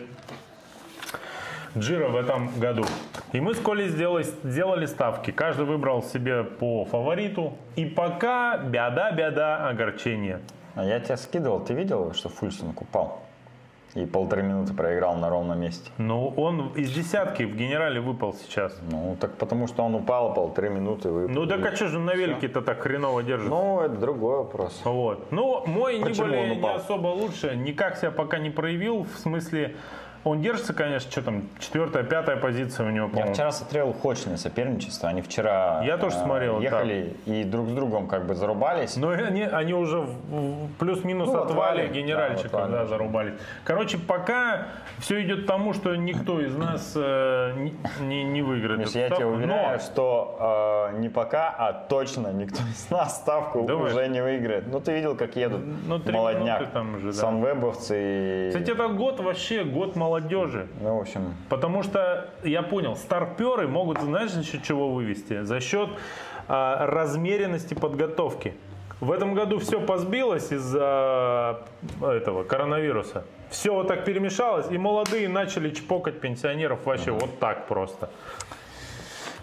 Джиро в этом году? И мы с Колей сделали, сделали ставки. Каждый выбрал себе по фавориту. И пока беда-беда, огорчение. А я тебя скидывал. Ты видел, что Фульсинг упал? И полторы минуты проиграл на ровном месте. Ну, он из десятки в генерале выпал сейчас. Ну, так потому что он упал, полторы минуты выпал. Ну, так а что же на велике-то так хреново держит? Ну, это другой вопрос. Вот. Ну, мой не Почему более он не упал? особо лучше. Никак себя пока не проявил. В смысле, он держится, конечно, что там, четвертая, пятая позиция у него, Я по-моему. вчера смотрел хочное соперничество. Они вчера Я тоже э, смотрел, ехали и друг с другом как бы зарубались. Но они, они уже в- в плюс-минус Ну, отвали отвали, генеральчиков, да, отвали. да, зарубались. Короче, пока все идет к тому, что никто из нас э, не, не, не выиграет. Миш, эту я тебя ставку. уверяю, Но что э, не пока, а точно никто из нас ставку Думаешь? уже не выиграет. Ну, ты видел, как едут Ну, три молодняк, минуты там уже, да. санвебовцы. И... Кстати, это год вообще, год молодежи. Ну, в общем, Потому что, я понял, старперы могут, знаешь, за счет чего вывести? За счет а, размеренности подготовки. В этом году все позбилось из-за этого коронавируса. Все вот так перемешалось, и молодые начали чпокать пенсионеров вообще вот так просто.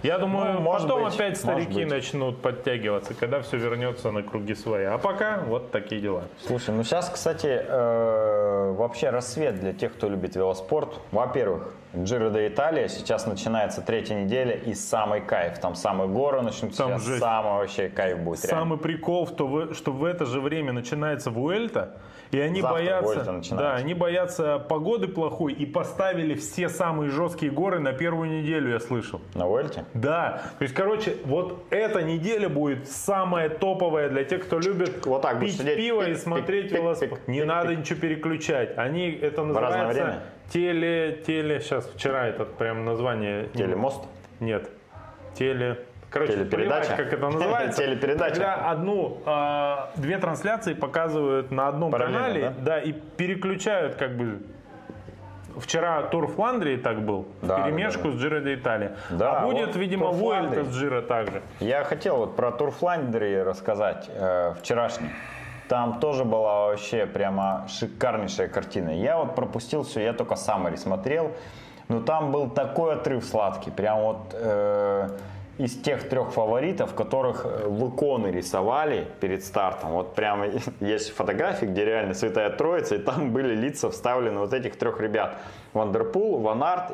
Я думаю, Ну, может потом быть, опять старики может быть. начнут подтягиваться, когда все вернется на круги свои. А пока вот такие дела. Слушай, ну сейчас, кстати, э, вообще рассвет для тех, кто любит велоспорт. Во-первых, Джиро де Италия, сейчас начинается третья неделя и самый кайф. Там самые горы начнутся, Там сейчас жесть. самый вообще кайф будет. реально. Самый прикол, что в, что в это же время начинается Вуэльта, и они Завтра боятся, Вуэльта да, начинается. они боятся погоды плохой и поставили все самые жесткие горы на первую неделю, я слышал. На Уэльте? Да, то есть, короче, вот эта неделя будет самая топовая для тех, кто любит Вот так будешь пить сидеть, пиво и пик, смотреть пик, пик, велоспорт. пик, Не пик, надо пик. ничего переключать. Они, это разное называется время? теле, теле, сейчас, вчера этот прям название. Телемост? Нет, теле... Короче, Телепередача? плевать, как это называется. Телепередача. Когда одну, а, две трансляции показывают на одном Параллельно, канале, да? да, и переключают как бы. Вчера Тур Фландрии так был, Да, в перемешку да, да. с Джиро де Италия. Да, а будет, вот видимо, Тур Вуэльта Фландрии. с Джиро также. Я хотел вот про Тур Фландрии рассказать э, вчерашний. Там тоже была вообще прямо шикарнейшая картина. Я вот пропустил все, я только Саммари смотрел. Но там был такой отрыв сладкий. Прям вот э, из тех трех фаворитов, которых в иконы рисовали перед стартом. Вот прямо есть фотографии, где реально Святая Троица, и там были лица вставлены вот этих трех ребят. Ван дер Пул, Ван Арт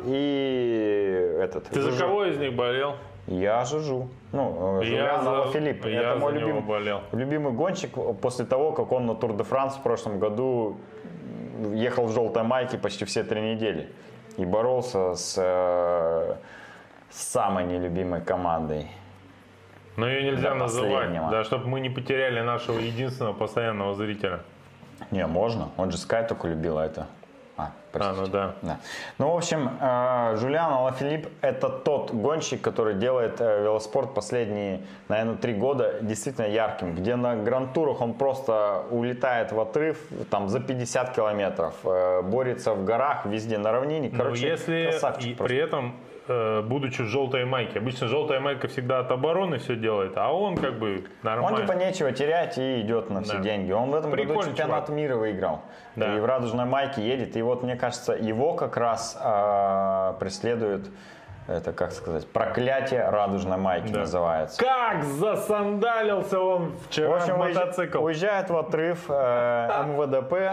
и этот. Ты за Жужу. кого из них болел? Я Жужу. Ну, Я Жулиан за- Алафилипп. я Это за мой него любимый, болел. любимый гонщик после того, как он на Тур де Франс в прошлом году ехал в желтой майке почти все три недели. И боролся с, э, с самой нелюбимой командой. Но ее нельзя До называть, последнего. да, чтобы мы не потеряли нашего единственного постоянного зрителя. Не, можно. Он же Скай только любил, а это... А, А, простите. ну да. Да. Ну, в общем, э, Жулиан Алафилипп – это тот гонщик, который делает э, велоспорт последние, наверное, три года действительно ярким. Где на гранд-турах он просто улетает в отрыв там, за пятьдесят километров, э, борется в горах, везде на равнине. Но Короче, если красавчик и просто. при этом, э, будучи в желтой майке, обычно желтая майка всегда от обороны все делает, а он как бы нормально. Он типа нечего терять и идет на все Да. деньги. Он в этом году Прикольный чемпионат чувак. мира выиграл. Да. И в радужной майке едет. И вот, мне кажется, его как раз а, преследует, это как сказать, проклятие радужной майки Да. называется. Как засандалился он вчера В общем, в уезж- мотоцикл. уезжает в отрыв э, эм вэ дэ пэ,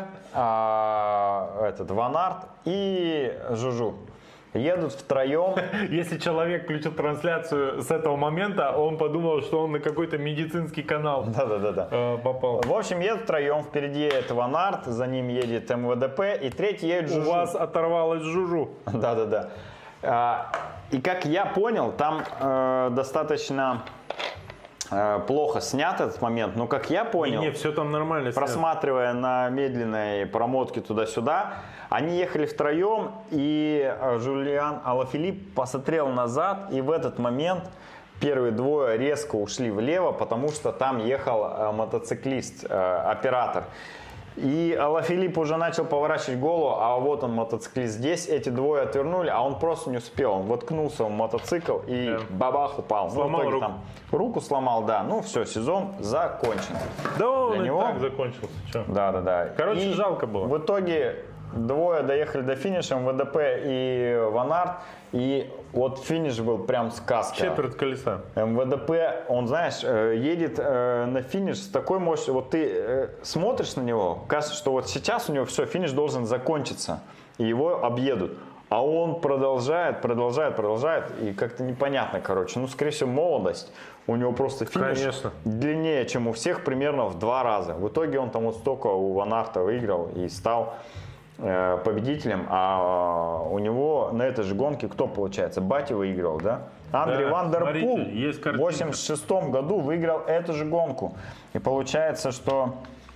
а, этот Ван Арт и Жужу. Едут втроем. Если человек включил трансляцию с этого момента, он подумал, что он на какой-то медицинский канал Да-да-да. э, попал. В общем, едут втроем. Впереди едет Ван Арт, за ним едет эм вэ дэ пэ, и третий едет У Жужу. вас оторвалась Жужу. Да-да-да. А, И как я понял, там э, достаточно э, плохо снят этот момент, но как я понял, Не, все там нормально. снято. просматривая на медленной промотке туда-сюда, они ехали втроем, и э, Жулиан Алафилипп посмотрел назад, и в этот момент первые двое резко ушли влево, потому что там ехал э, мотоциклист, э, оператор. И Алафилипп уже начал поворачивать голову, а вот он, мотоциклист здесь, эти двое отвернули, а он просто не успел. Он воткнулся в мотоцикл и Да. бабах упал. Сломал ну, в итоге руку. там руку сломал, да. Ну все, сезон закончен. Да он Для и него? так закончился. Чё? Да, да, да. Короче, И жалко было. В итоге двое доехали до финиша, эм вэ дэ пэ и Ван Арт. И вот финиш был прям сказка. Четверть колеса. эм вэ дэ пэ, он, знаешь, э, едет э, на финиш с такой мощью. Вот ты э, смотришь на него, кажется, что вот сейчас у него все, финиш должен закончиться, и его объедут. А он продолжает, продолжает, продолжает, и как-то непонятно, короче. Ну, скорее всего, молодость. У него просто финиш Конечно. длиннее, чем у всех, примерно в два раза. В итоге он там вот столько у Ван Арта выиграл и стал э, победителем. А у него на этой же гонке кто получается? Бати выиграл, да? Андрей Да, Ван дер смотрите, Пул есть в картинка. восемьдесят шестом году выиграл эту же гонку. И получается, что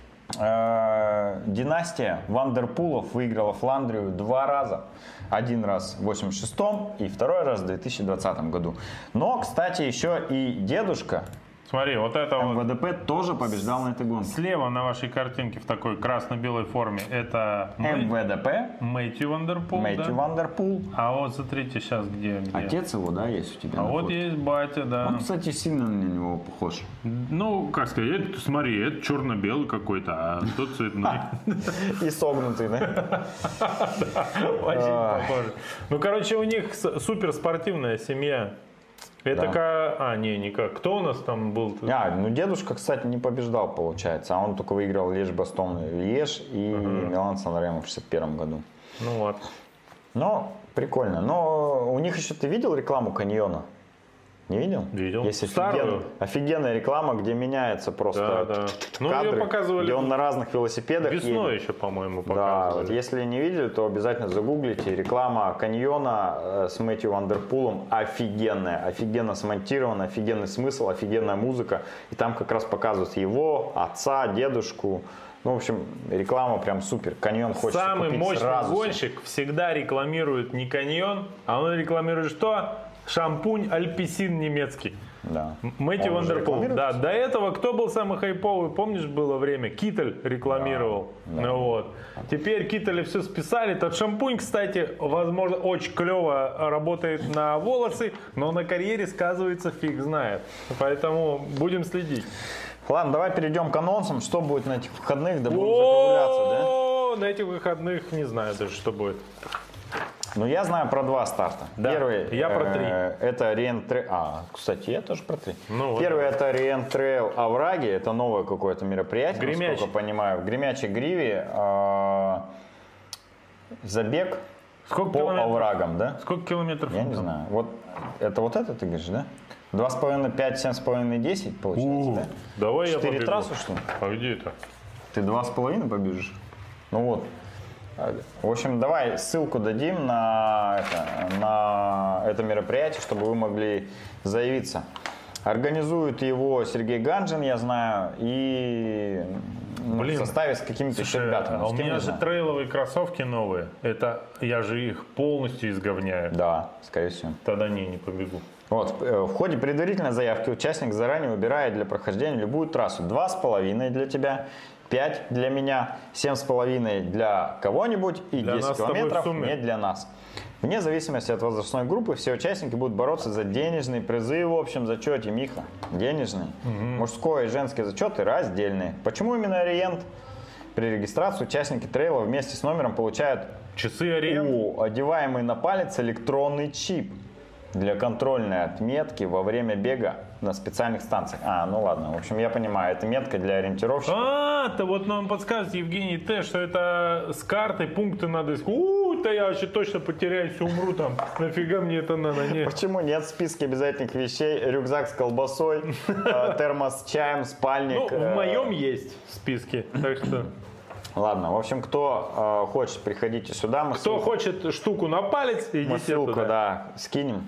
э, династия Ван дер Пулов выиграла Фландрию два раза. Один раз в восемьдесят шестом и второй раз в две тысячи двадцатом году. Но, кстати, еще и дедушка Смотри, вот это эм вэ вот дэ пэ тоже побеждал на этой гонке. слева на вашей картинке в такой красно-белой форме это эм вэ дэ пэ, Мэтью Ван дер Пул, Мэтью да? Ван дер Пул. А вот смотрите сейчас где. где. Отец его, да, есть у тебя? А на вот фото? есть батя, да. Он, кстати, сильно на него похож. Ну, как сказать, это, смотри, это черно-белый какой-то, а тот цветной. И согнутый, да? Очень похоже. Ну, короче, у них с- суперспортивная семья. Это Да. как... А, не, никак. Кто у нас там был? А, ну дедушка, кстати, не побеждал, получается. А он только выиграл Льеж, Бастон, Льеж и uh-huh. Милан Сан-Ремо в шестьдесят первом году. Ну вот. Ну, прикольно. Но у них еще, ты видел рекламу каньона? Не видел? Видел. Есть Старую. офиген... офигенная реклама, где меняется просто Да, да. Ну, кадры, ее показывали где он на разных велосипедах весной едет. еще, по-моему, Да, показывали. вот если не видели, то обязательно загуглите. Реклама каньона э, с Мэтью Вандерпулом офигенная, офигенно смонтирована, офигенный смысл, офигенная музыка. И там как раз показывают его, отца, дедушку. Ну, в общем, реклама прям супер. Каньон хочется Самый купить мощный сразу. гонщик всегда рекламирует не каньон, а он рекламирует что? Шампунь Альписин немецкий. Да. Мэтью Он уже Вандерпул. рекламирует? Да, до этого кто был самый хайповый? Помнишь, было время? Киттель рекламировал. Да, да. Ну, вот. Теперь Киттеля все списали. Тот шампунь, кстати, возможно, очень клево работает на волосы, но на карьере сказывается фиг знает. Поэтому будем следить. Ладно, давай перейдем к анонсам. Что будет на этих выходных? Да будем закругляться, да? О, на этих выходных не знаю даже, что будет. Ну, я знаю про два старта. Да, Первый, я про э, три. Это Риэн-трейл. А, кстати, я тоже про три. Ну, вот Первый давай. это Риэн-трейл Овраги. Это новое какое-то мероприятие, Гремячий. насколько я понимаю. В Гремячей Гриве э, забег Сколько по километров? оврагам, да? Сколько километров? Я не знаю. Вот это вот это ты говоришь, да? Два с половиной, пять, семь с половиной, десять получается, У, да? Давай я Четыре побегу. трассы, что ли? А где это? Ты два с половиной побежишь? Ну вот. В общем, давай ссылку дадим на это, на это мероприятие, чтобы вы могли заявиться. Организует его Сергей Ганжин, я знаю, и ну, Блин, в составе с какими-то еще ребятами. а у С кем меня не же знаю. трейловые кроссовки новые. Это я же их полностью изговняю. Да, скорее всего. Тогда не, не побегу. Вот, э, в ходе предварительной заявки участник заранее выбирает для прохождения любую трассу. Два с половиной для тебя, пять для меня, семь с половиной для кого-нибудь и Для нас десять с тобой в километров сумме. не для нас. Вне зависимости от возрастной группы, все участники будут бороться за денежные призы в общем зачете, Миха. Денежный. Мужской и женский зачеты раздельные. Почему именно Ориент? При регистрации участники трейла вместе с номером получают Часы Ориент. у одеваемый на палец электронный чип для контрольной отметки во время бега на специальных станциях. А, ну ладно, в общем, я понимаю, это метка для ориентировщиков. А, то вот нам подскажет Евгений Т, что это с картой пункты надо искать. У, да я вообще точно потеряюсь, умру там. Нафига мне это надо? Нет. Почему нет в списке обязательных вещей рюкзак с колбасой, э, термос с чаем, спальник? Ну, э, в моем есть в списке, так что... Ладно, в общем, кто э, хочет, приходите сюда. Мы Кто ссылку, хочет штуку на палец, мы идите ссылку, туда. да, скинем.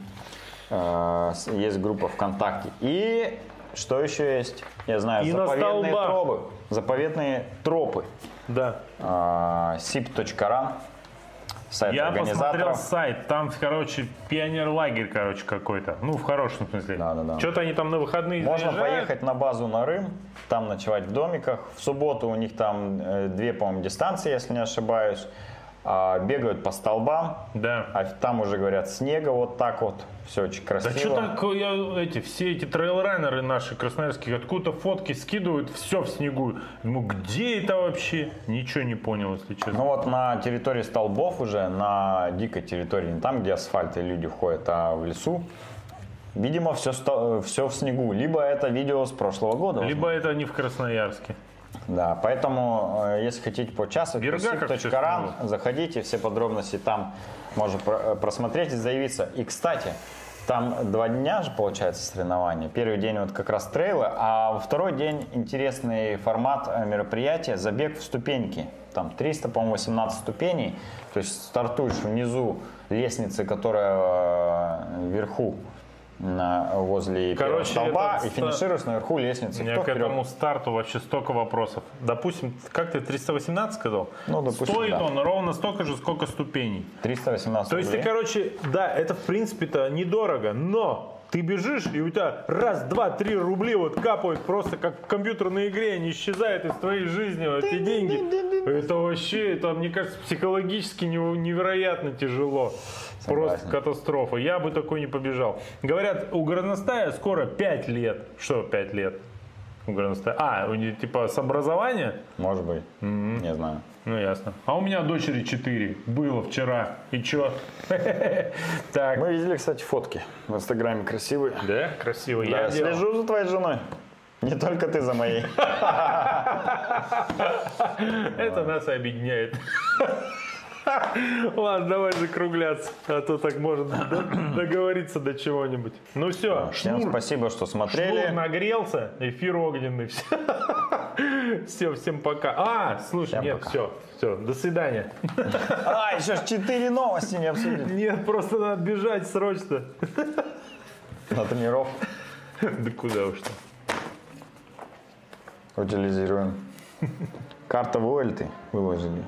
Э, с- есть группа ВКонтакте. И что еще есть? Я знаю, И на заповедные столбах. тропы. Заповедные тропы. Да. Э, сип точка ран. Сайт Я посмотрел организаторов. сайт, там, короче, пионер-лагерь, короче, какой-то. Ну, в хорошем смысле. Да, да, да. Что-то они там на выходные Можно заезжают. поехать на базу на Рым, там ночевать в домиках. В субботу у них там э, две, по-моему, дистанции, если не ошибаюсь. А, бегают по столбам, Да. а там уже, говорят, снега вот так вот. Все очень Да красиво. что так, я, эти, все эти трейлранеры наши красноярские, откуда фотки скидывают, все в снегу. Ну, где это вообще? Ничего не понял, если честно. Ну вот на территории столбов уже, на дикой территории, не там, где асфальт и люди ходят, а в лесу, видимо, все, все в снегу. Либо это видео с прошлого года. Либо это не в Красноярске. Да, поэтому, э, если хотите поучаствовать, Берга, как сип точка ран, честно. заходите, все подробности там можно про- просмотреть и заявиться. И, кстати, там два дня же, получается, соревнования. Первый день вот как раз трейлы, а во второй день интересный формат э, мероприятия — забег в ступеньки. Там триста, по-моему, восемнадцать ступеней. То есть стартуешь внизу лестницы, которая э, вверху, на, возле первого Короче, столба, этот и финишируешь наверху лестницы. У меня Кто к вперед? этому старту вообще столько вопросов. Допустим, как ты триста восемнадцать сказал? Ну, допустим, Стоит да. он ровно столько же, сколько ступеней. триста восемнадцать То есть ты, рублей. короче, да, это в принципе-то недорого, но ты бежишь, и у тебя раз, два, три рубли вот капают просто как в компьютерной игре, они исчезают из твоей жизни, вот эти деньги. Это вообще, это, мне кажется, психологически нево- невероятно тяжело. Просто Согласен. катастрофа. Я бы такой не побежал. Говорят, у горностая скоро пять лет. Что пять лет? У горностая? А, у нее типа с образования? Может быть, не знаю. Ну, ясно. А у меня дочери четыре. Было вчера. И чё? Так. Мы видели, кстати, фотки в Инстаграме красивые. Да? Красиво. Да, Я делал. слежу за твоей женой. Не только ты за моей. Это нас объединяет. Ладно, давай закругляться, а то так можно договориться до чего-нибудь. Ну все, Всем шнур, спасибо, что смотрели. шнур нагрелся, эфир огненный. Все, всем пока. А, слушай, Всем нет, пока. все, все, до свидания. А, еще ж четыре новости не обсудили. Нет, просто надо бежать срочно. На тренировку Да куда уж там. утилизируем. Карта вылеты выложили.